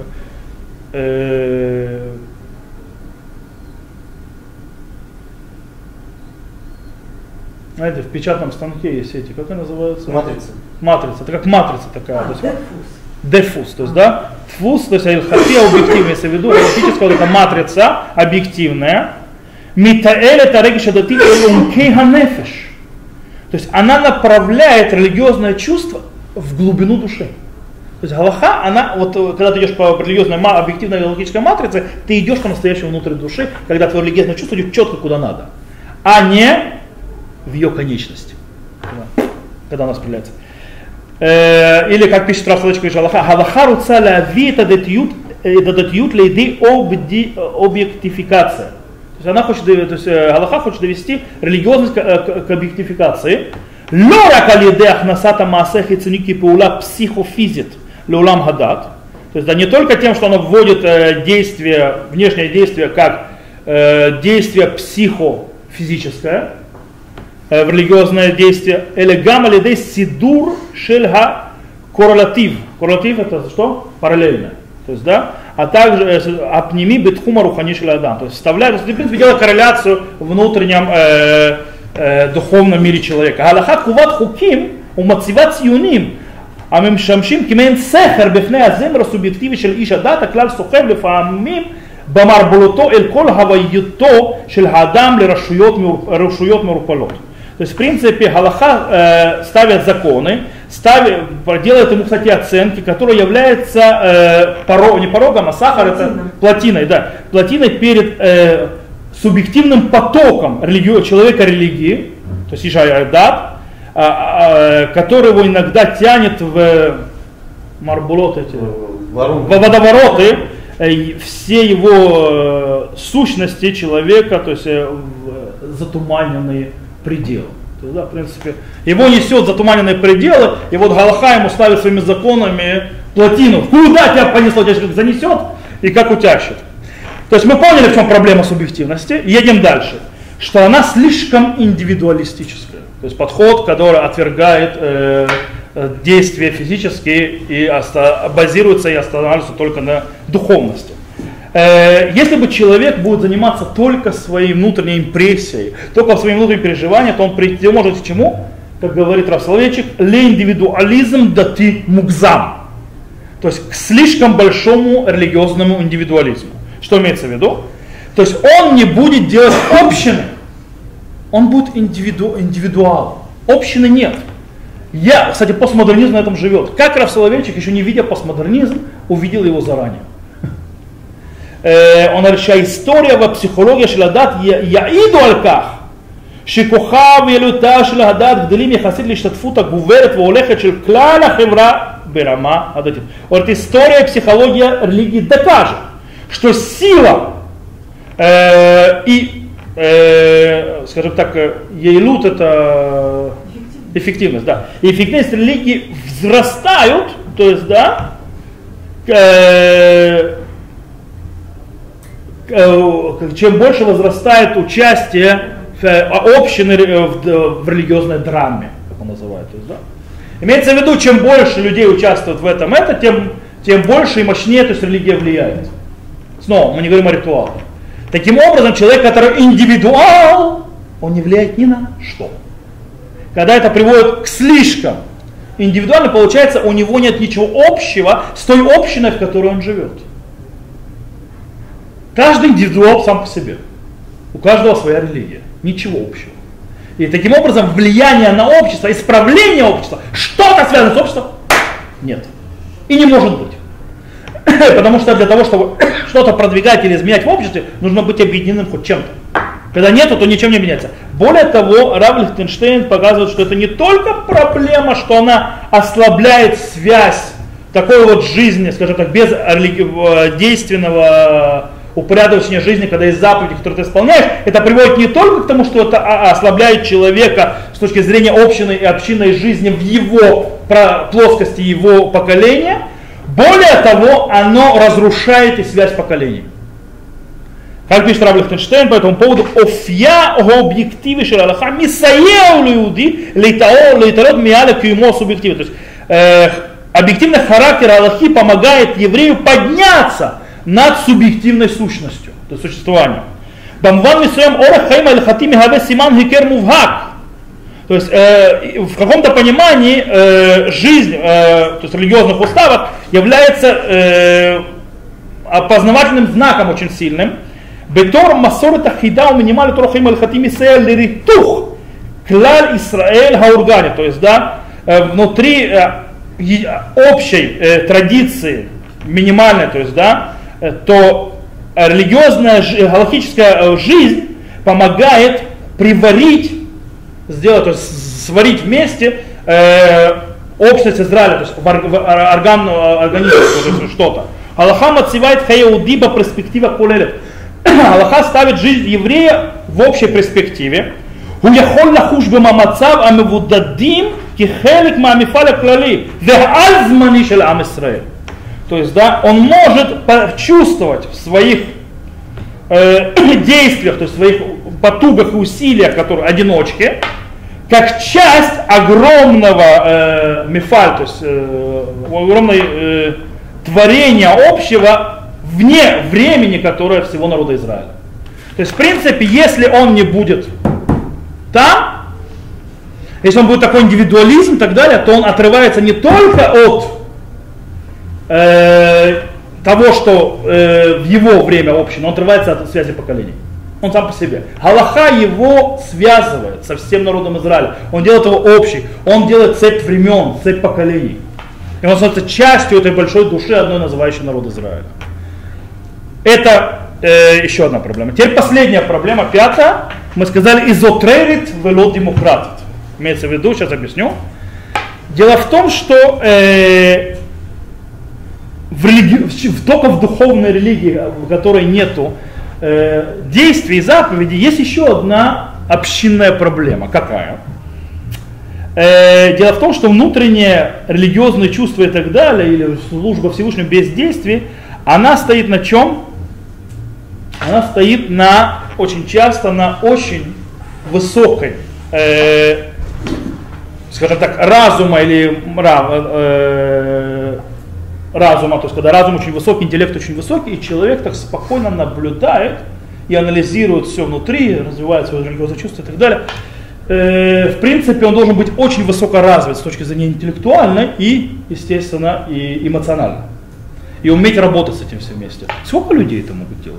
знаете, в печатном станке есть эти, как они называются? Матрица. Матрица, это как матрица такая. То есть, дефус, то есть, да, тфус, то есть илхати объективно, имеется в виду, галахическая вот эта матрица объективная, митаэль это региша дати элункей ганефеш. То есть она направляет религиозное чувство в глубину души. То есть галаха, она, вот когда ты идешь по религиозной, объективной галахической матрице, ты идешь по настоящему внутрь души, когда твое религиозное чувство идет четко куда надо, а не в ее конечность, когда она распределяется. Или как пишет Рав Соловейчик, галаха руца лави это датиют лейди объектификация. То есть она хочет, то есть Галаха хочет довести религиозность к объектификации. То есть да, не только тем, что она вводит действие, внешнее действие как действие психофизическое, в религиозное действие, элегам алидей сидур шельга коррелатив. Коррелатив это что? Параллельно. То есть, да, а также апними бетхума руханиши ладан, то есть вставляет, в принципе, делает корреляцию в внутреннем духовном мире человека. Галаха куват хуким умациват циюним, а мы шамшим кимен сехер бифней аземра субъективи шель иша дата клал сухев лефаамим бамарбулото эль кол хавайюто шель хадам лерашуйот мурупалот. То есть, в принципе, Галаха ставит законы, делает ему, кстати, оценки, которые являются не порогом, а сахар, это плотиной, да, плотиной перед субъективным потоком человека религии, то есть Ишайдат, который его иногда тянет в марбулот, эти, в водовороты, все его сущности человека, то есть затуманенные пределы. То есть, да, в принципе, его несет затуманенные пределы, и вот Галаха ему ставит своими законами плотину. Куда тебя понесло, тебя занесет и как утащит. То есть мы поняли, в чем проблема субъективности, едем дальше. Что она слишком индивидуалистическая. То есть подход, который отвергает действия физические и базируется и останавливается только на духовности. Если бы человек будет заниматься только своей внутренней импрессией, только своим внутренним переживанием, то он прийти может к чему? Как говорит Рав Соловейчик, ле-индивидуализм дати мугзам. То есть к слишком большому религиозному индивидуализму. Что имеется в виду? То есть он не будет делать общины, он будет индивидуалом. Общины нет. Кстати, постмодернизм на этом живет. Как Рав Соловейчик, еще не видя постмодернизм, увидел его заранее. Он говорит, что история в психологии шеладат яиду аль-ках, שכוחה וילותה של הדת גדלים יחסית להשתתפות הגוברת והולכת של כלל החברה ברמה הדתית. Вот история, психология религии докажет, что сила скажем так, яилут это эффективность, да, и эффективность религии взрастают, то есть, да, чем больше возрастает участие общины в религиозной драме, как он называет. То есть, да? Имеется в виду, чем больше людей участвует в этом, тем больше и мощнее, то есть, религия влияет. Снова, мы не говорим о ритуале. Таким образом, человек, который индивидуал, он не влияет ни на что. Когда это приводит к слишком индивидуально, получается, у него нет ничего общего с той общиной, в которой он живет. Каждый индивидуал сам по себе. У каждого своя религия. Ничего общего. И таким образом влияние на общество, исправление общества, что-то связано с обществом, нет. И не может быть. Потому что для того, чтобы что-то продвигать или изменять в обществе, нужно быть объединенным хоть чем-то. Когда нету, то ничем не меняется. Более того, Рав Лихтенштейн показывает, что это не только проблема, что она ослабляет связь такой вот жизни, скажем так, без действенного упорядочения жизни, когда есть заповеди, которые ты исполняешь, это приводит не только к тому, что это ослабляет человека с точки зрения общины и общинной жизни в его плоскости, его поколения, более того, оно разрушает и связь поколений. Как пишет Рав Лихтенштейн по этому поводу, офья объективы шелалаха мисаеу лиуди лейтарот миаля кюмо субъективы. То есть объективный характер Аллахи помогает еврею подняться над субъективной сущностью, то есть существованием. То есть в каком-то понимании жизнь, то есть в религиозных уставах, является опознавательным знаком очень сильным. Бетор масорет ахида у минимали трохим аль-хатим исраэль лиритух клаль Исраэль хаургани. То есть, да, внутри общей традиции минимальной, то есть, да, то религиозная галахическая жизнь помогает приварить, сделать, то есть сварить вместе общность Израиля, то есть организм, то есть что-то. Аллаха мацивает хаяудиба перспектива кулелет. Аллаха ставит жизнь еврея в общей перспективе. То есть, да, он может почувствовать в своих действиях, то есть в своих потугах и усилиях, которые одиночки, как часть огромного мифаль, то есть огромной творения общего вне времени, которое всего народа Израиля. То есть, в принципе, если он не будет там, если он будет такой индивидуализм и так далее, то он отрывается не только от того, что в его время община, он отрывается от связи поколений. Он сам по себе. Галаха его связывает со всем народом Израиля. Он делает его общий. Он делает цепь времен, цепь поколений. И он становится частью этой большой души, одной называющей народ Израиля. Это еще одна проблема. Теперь последняя проблема, пятая. Мы сказали изотрерит вело демократит. Имеется в виду, сейчас объясню. Дело в том, что только в духовной религии, в которой нету действий и заповедей, есть еще одна общинная проблема. Какая? Дело в том, что внутренние религиозные чувства и так далее, или служба Всевышнему без действий, она стоит на чем? Она стоит очень часто на очень высокой, скажем так, разума или разума, то есть когда разум очень высокий, интеллект очень высокий, и человек так спокойно наблюдает и анализирует все внутри, развивает свои религиозные чувства и так далее. В принципе, он должен быть очень высоко развит с точки зрения интеллектуальной и, естественно, и эмоциональной. И уметь работать с этим все вместе. Сколько людей это могут делать?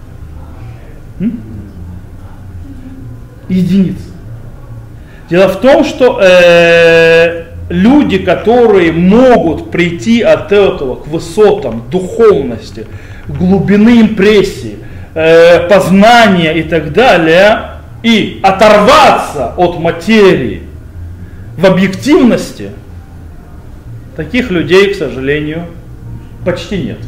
Единицы. Дело в том, что люди, которые могут прийти от этого к высотам духовности, глубины импрессии, познания и так далее, и оторваться от материи в объективности, таких людей, к сожалению, почти нет.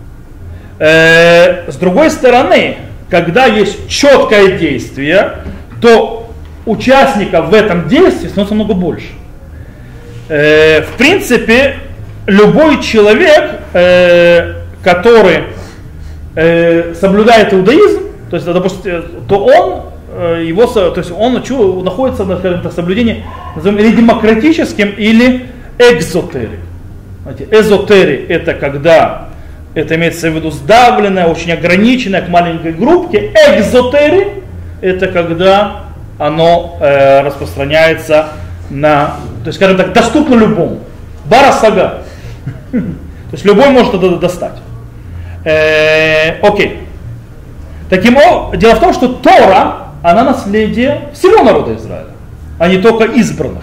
С другой стороны, когда есть четкое действие, то участников в этом действии становится много больше. В принципе, любой человек, который соблюдает иудаизм, то есть, допустим, то он находится на, скажем так, соблюдении, назовем, или демократическим, или экзотерик. Эзотерик — это когда это имеется в виду сдавленное, очень ограниченное к маленькой группке. Экзотерик — это когда оно распространяется на, то есть, скажем так, доступно любому. Барасага. То есть любой может это достать. Окей. Дело в том, что Тора, она наследие всего народа Израиля, а не только избранных.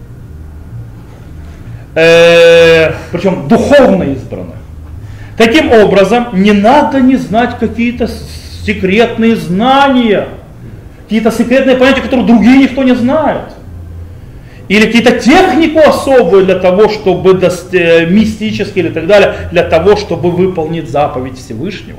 Причем духовно избранных. Таким образом, не надо не знать какие-то секретные знания, какие-то секретные понятия, которые другие никто не знает. Или какие-то технику особую для того, чтобы мистические или так далее, для того, чтобы выполнить заповедь Всевышнего.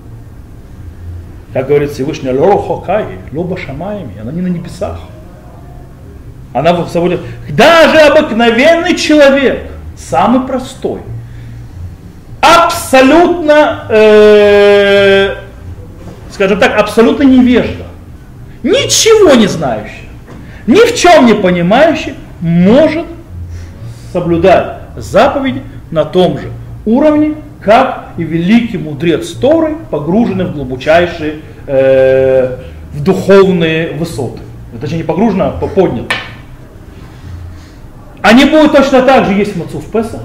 Как говорит Всевышний, лоба шамаями, она не на небесах. Она в свободе. Даже обыкновенный человек, самый простой, абсолютно, скажем так, абсолютно невежда, ничего не знающий, ни в чем не понимающий, может соблюдать заповеди на том же уровне, как и великий мудрец Торы, погруженный в глубочайшие, в духовные высоты. Точнее, не погружены, а подняты. Они будут точно так же есть мацу в Песах.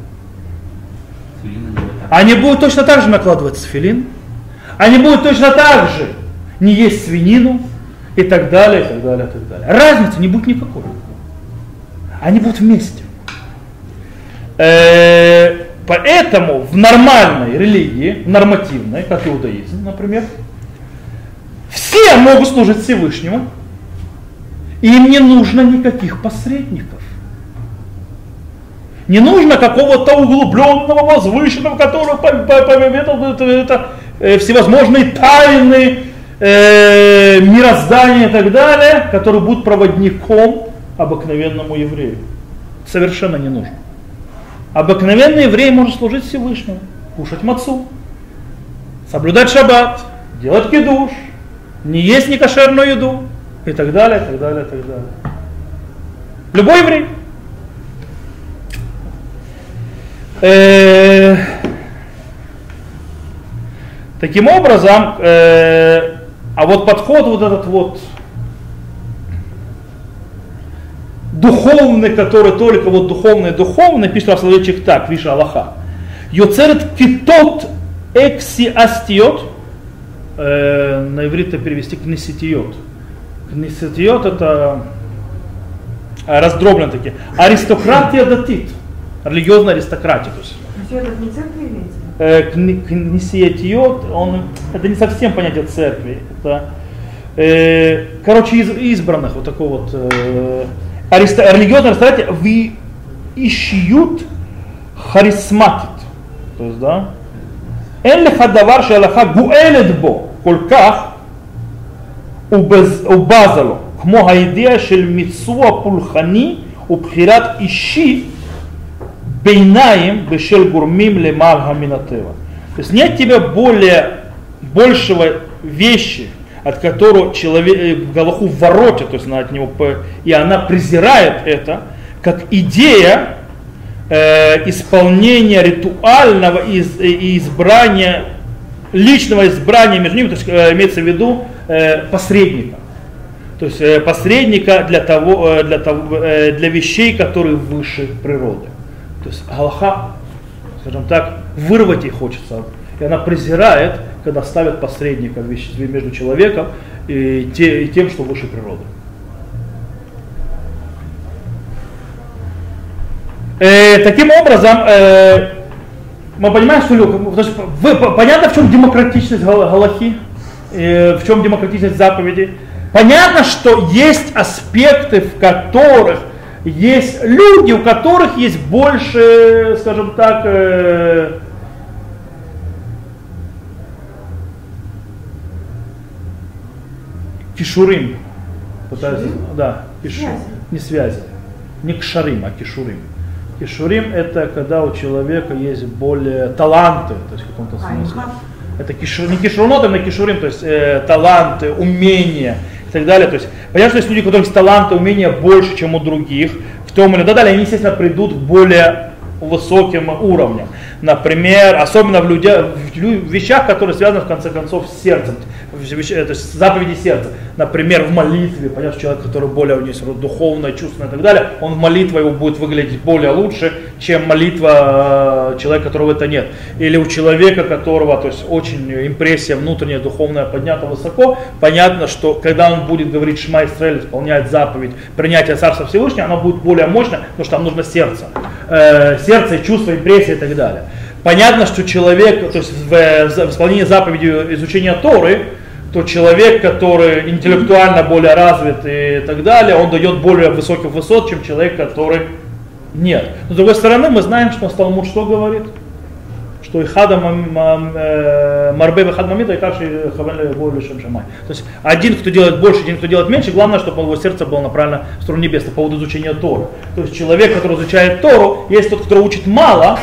Они будут точно так же накладывать тфилин. Они будут точно так же не есть свинину и так далее, и так далее, и так далее. Разницы не будет никакой. Они будут вместе. Поэтому в нормальной религии, нормативной, как иудаизм, например, все могут служить Всевышнему, и им не нужно никаких посредников. Не нужно какого-то углубленного, возвышенного, который поведал всевозможные тайны мироздания и так далее, который будет проводником обыкновенному еврею. Совершенно не нужно. Обыкновенный еврей может служить Всевышнему, кушать мацу, соблюдать шаббат, делать кидуш, не есть некошерную еду и так далее, и так далее, и так далее. Любой еврей. Таким образом, а вот подход вот этот вот духовный, который только вот духовный, пишет Равславичек так, видишь, Аллаха. Йоцерет китот экси астиот, на иврите перевести кнеситиот. Кнеситиот — это раздробленно такие. Аристократия датит, религиозная аристократия. Все это не церкви имеется? Кнеситиот, это не совсем понятие церкви. Это короче, избранных, вот такой вот религиозный аристократ, вы ищут харизматит. То есть, да, אין לך דבר שההלכה גואלת בו כל כך ובזה לו, כמו הידיעה של מיצוע פולחני ובחירת אישי ביניים בשל גורמים למעלה מן הטבע. То есть нет тебе большего вещи, от которого человек в Галаху воротит, то есть она от него, и она презирает это, как идея исполнения ритуального избрания, личного избрания между ними, то есть имеется в виду посредника. То есть посредника для вещей, которые выше природы. То есть Галаха, скажем так, вырвать ей хочется. И она презирает, когда ставят посредника между человеком и тем, что выше природы. Таким образом, мы понимаем, что понятно, в чем демократичность Галахи, в чем демократичность заповедей. Понятно, что есть аспекты, в которых есть люди, у которых есть больше, скажем так, кишурим. Да, не связи. Не кшарим, а кишурим. Кишурим это когда у человека есть более таланты, то есть в каком-то смысле. Это не кишурнот, а кишурим, то есть таланты, умения и так далее. То есть понятно, что есть люди, у которых есть таланты, умения больше, чем у других, в том или далее, они, естественно, придут к более высоким уровням. Например, особенно в вещах, которые связаны в конце концов с сердцем, то есть заповеди сердца. Например, в молитве, понятно, человек, который более у него есть духовное, чувственное и так далее, он в молитве его будет выглядеть более лучше, чем молитва человека, которого это нет. Или у человека, которого, то есть очень импрессия внутренняя, духовная поднята высоко, понятно, что когда он будет говорить Шма Исраэль, исполнять заповедь принятия Царства Всевышнего, оно будет более мощно, потому что там нужно сердце. Сердце, чувство, импрессия и так далее. Понятно, что человек, то есть в исполнении заповеди изучения Торы, то человек, который интеллектуально более развит и так далее, он дает более высоких высот, чем человек, который нет. Но с другой стороны, мы знаем, что Талмуд что говорит? Что и хада марбе вехад мамита, и каши хавен более шем шамай. То есть один, кто делает больше, один, кто делает меньше, главное, чтобы его сердце было направлено в сторону небес, по поводу изучения Торы. То есть человек, который изучает Тору, есть тот, кто учит мало,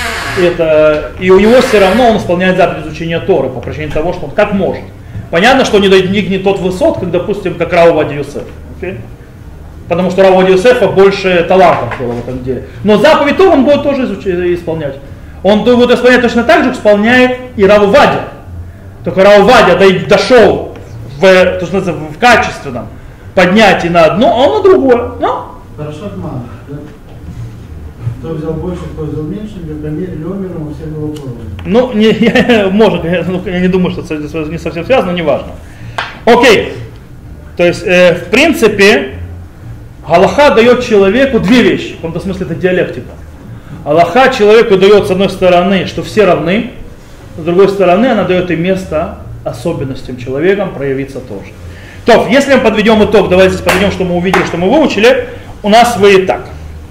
и у него все равно он исполняет заповедь изучения Торы, по причине того, что он как может. Понятно, что он не достигнет тот высот, как, допустим, как Рав Овадия Йосеф. Okay? Потому что Рав Овадия Йосефа больше талантов было в этом деле. Но заповедь Торы он будет тоже исполнять. Он будет исполнять точно так же, как исполняет и Рав Овадия. Только Рав Овадия дошел в качественном поднятии на одно, а он на другое. Но? Хорошо, мало. Да? Кто взял больше, кто взял меньше, Леомеру у всех было поровну. Ну, может, я не думаю, что это не совсем связано, но не важно. Окей. То есть, в принципе, Галаха дает человеку две вещи. В каком-то смысле это диалектика. Галаха человеку дает, с одной стороны, что все равны, с другой стороны, она дает и место особенностям человека проявиться тоже. То, если мы подведем итог, давайте здесь подведем, что мы увидели, что мы выучили, у нас выйдет так.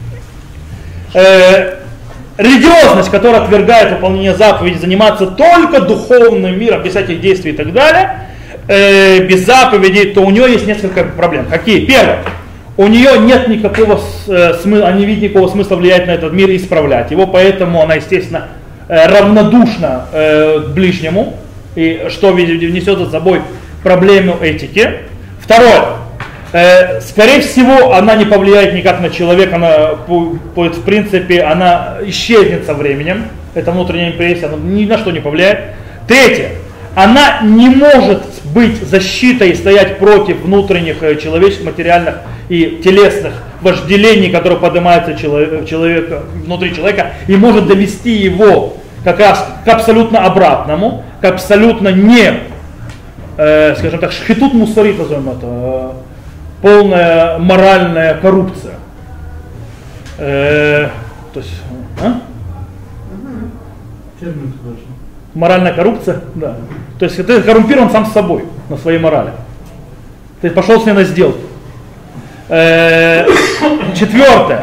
Религиозность, которая отвергает выполнение заповедей, заниматься только духовным миром, без всяких действий и так далее, без заповедей, то у нее есть несколько проблем. Какие? Первое. У нее нет никакого смысла, она не видит никакого смысла влиять на этот мир и исправлять его, поэтому она, естественно, равнодушна к ближнему, и что несет за собой проблему этики. Второе. Скорее всего, она не повлияет никак на человека, она, в принципе, она исчезнет со временем, это внутренняя импрессия, она ни на что не повлияет. Третье, она не может быть защитой и стоять против внутренних человеческих, материальных и телесных вожделений, которые поднимаются внутри человека, и может довести его как раз к абсолютно обратному, к абсолютно не, скажем так, шхитут мусарит, назовем это, полная моральная коррупция. То есть, моральная коррупция, да. То есть ты коррумпирован сам с собой на своей морали. То есть пошел с ней на сделку. Четвертое.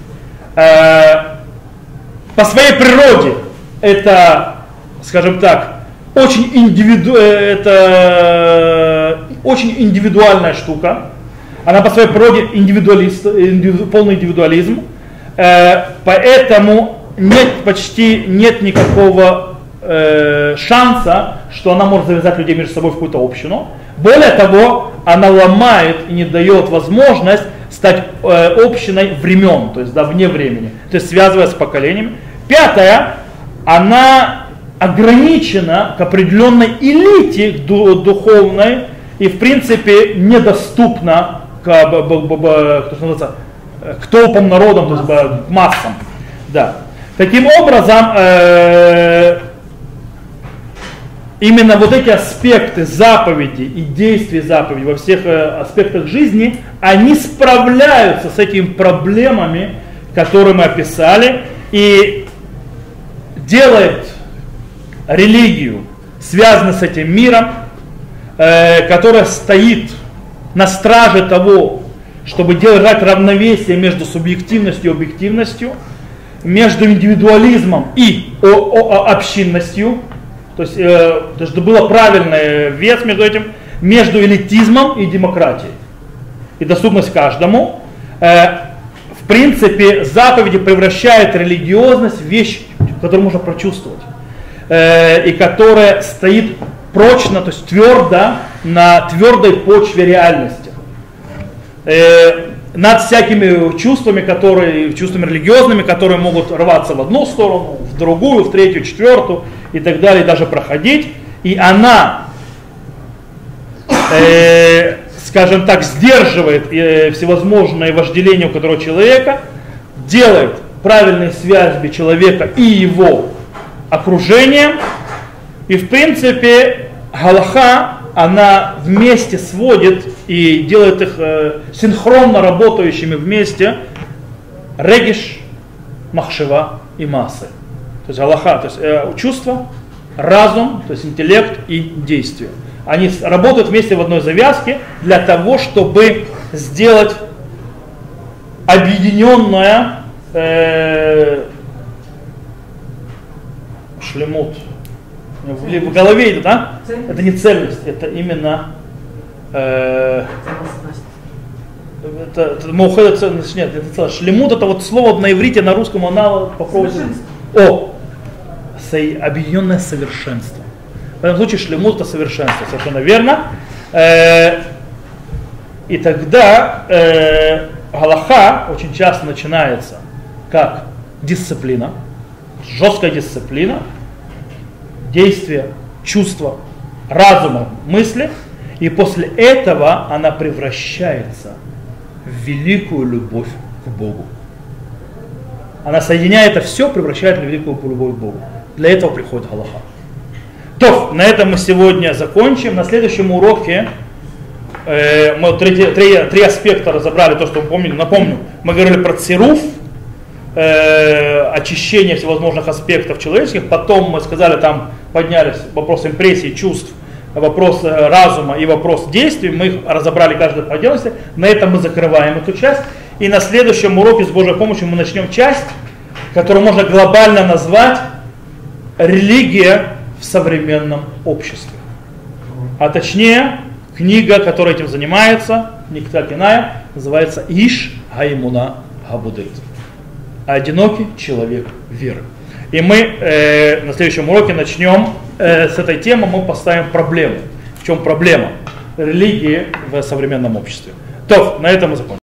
По своей природе это, скажем так, очень индивидуальная штука. Она по своей природе полный индивидуализм. Поэтому почти нет никакого шанса, что она может завязать людей между собой в какую-то общину. Более того, она ломает и не дает возможность стать общиной времен, то есть вне времени, то есть связывая с поколениями. Пятое, она ограничена к определенной элите духовной и в принципе недоступна к толпам народам, то есть к массам. Да. Таким образом, именно вот эти аспекты заповеди и действий заповеди во всех аспектах жизни, они справляются с этими проблемами, которые мы описали, и делают религию, связанную с этим миром, которая стоит на страже того, чтобы держать равновесие между субъективностью и объективностью, между индивидуализмом и общинностью, то есть было правильный вес между этим, между элитизмом и демократией, и доступность каждому. В принципе, заповеди превращают религиозность в вещь, которую можно прочувствовать, и которая стоит прочно, то есть твердо, на твердой почве реальности. Над всякими чувствами религиозными, которые могут рваться в одну сторону, в другую, в третью, в четвертую и так далее, даже проходить. И она, скажем так, сдерживает всевозможные вожделения у которого человека, делает правильные связи человека и его окружением. И в принципе галаха, она вместе сводит и делает их синхронно работающими вместе региш, махшева и массы. То есть галаха, то есть чувство, разум, то есть интеллект и действие. Они работают вместе в одной завязке для того, чтобы сделать объединенное шлемут. В голове, да? Это не цельность, это именно цельность, нет, это целое. Шлемут это вот слово на иврите, на русском аналог попробуйте. Объединенное совершенство. В этом случае шлемут это совершенство, совершенно верно. И тогда галаха очень часто начинается как дисциплина, жесткая дисциплина, действия, чувства, разума, мысли, и после этого она превращается в великую любовь к Богу. Она соединяет это все, превращает в великую любовь к Богу. Для этого приходит галаха. То, на этом мы сегодня закончим. На следующем уроке мы три аспекта разобрали, то, что вы помнили. Напомню, мы говорили про цируф, очищение всевозможных аспектов человеческих. Потом мы сказали, там поднялись вопрос импрессий, чувств, вопрос разума и вопрос действий. Мы их разобрали каждый по отдельности. На этом мы закрываем эту часть. И на следующем уроке с Божьей помощью мы начнем часть, которую можно глобально назвать религия в современном обществе. А точнее, книга, которая этим занимается, никак иная, называется Иш Гаимуна Габудейт. Одинокий человек веры. И мы на следующем уроке начнем с этой темы, мы поставим проблему. В чем проблема религии в современном обществе. То, на этом мы закончим.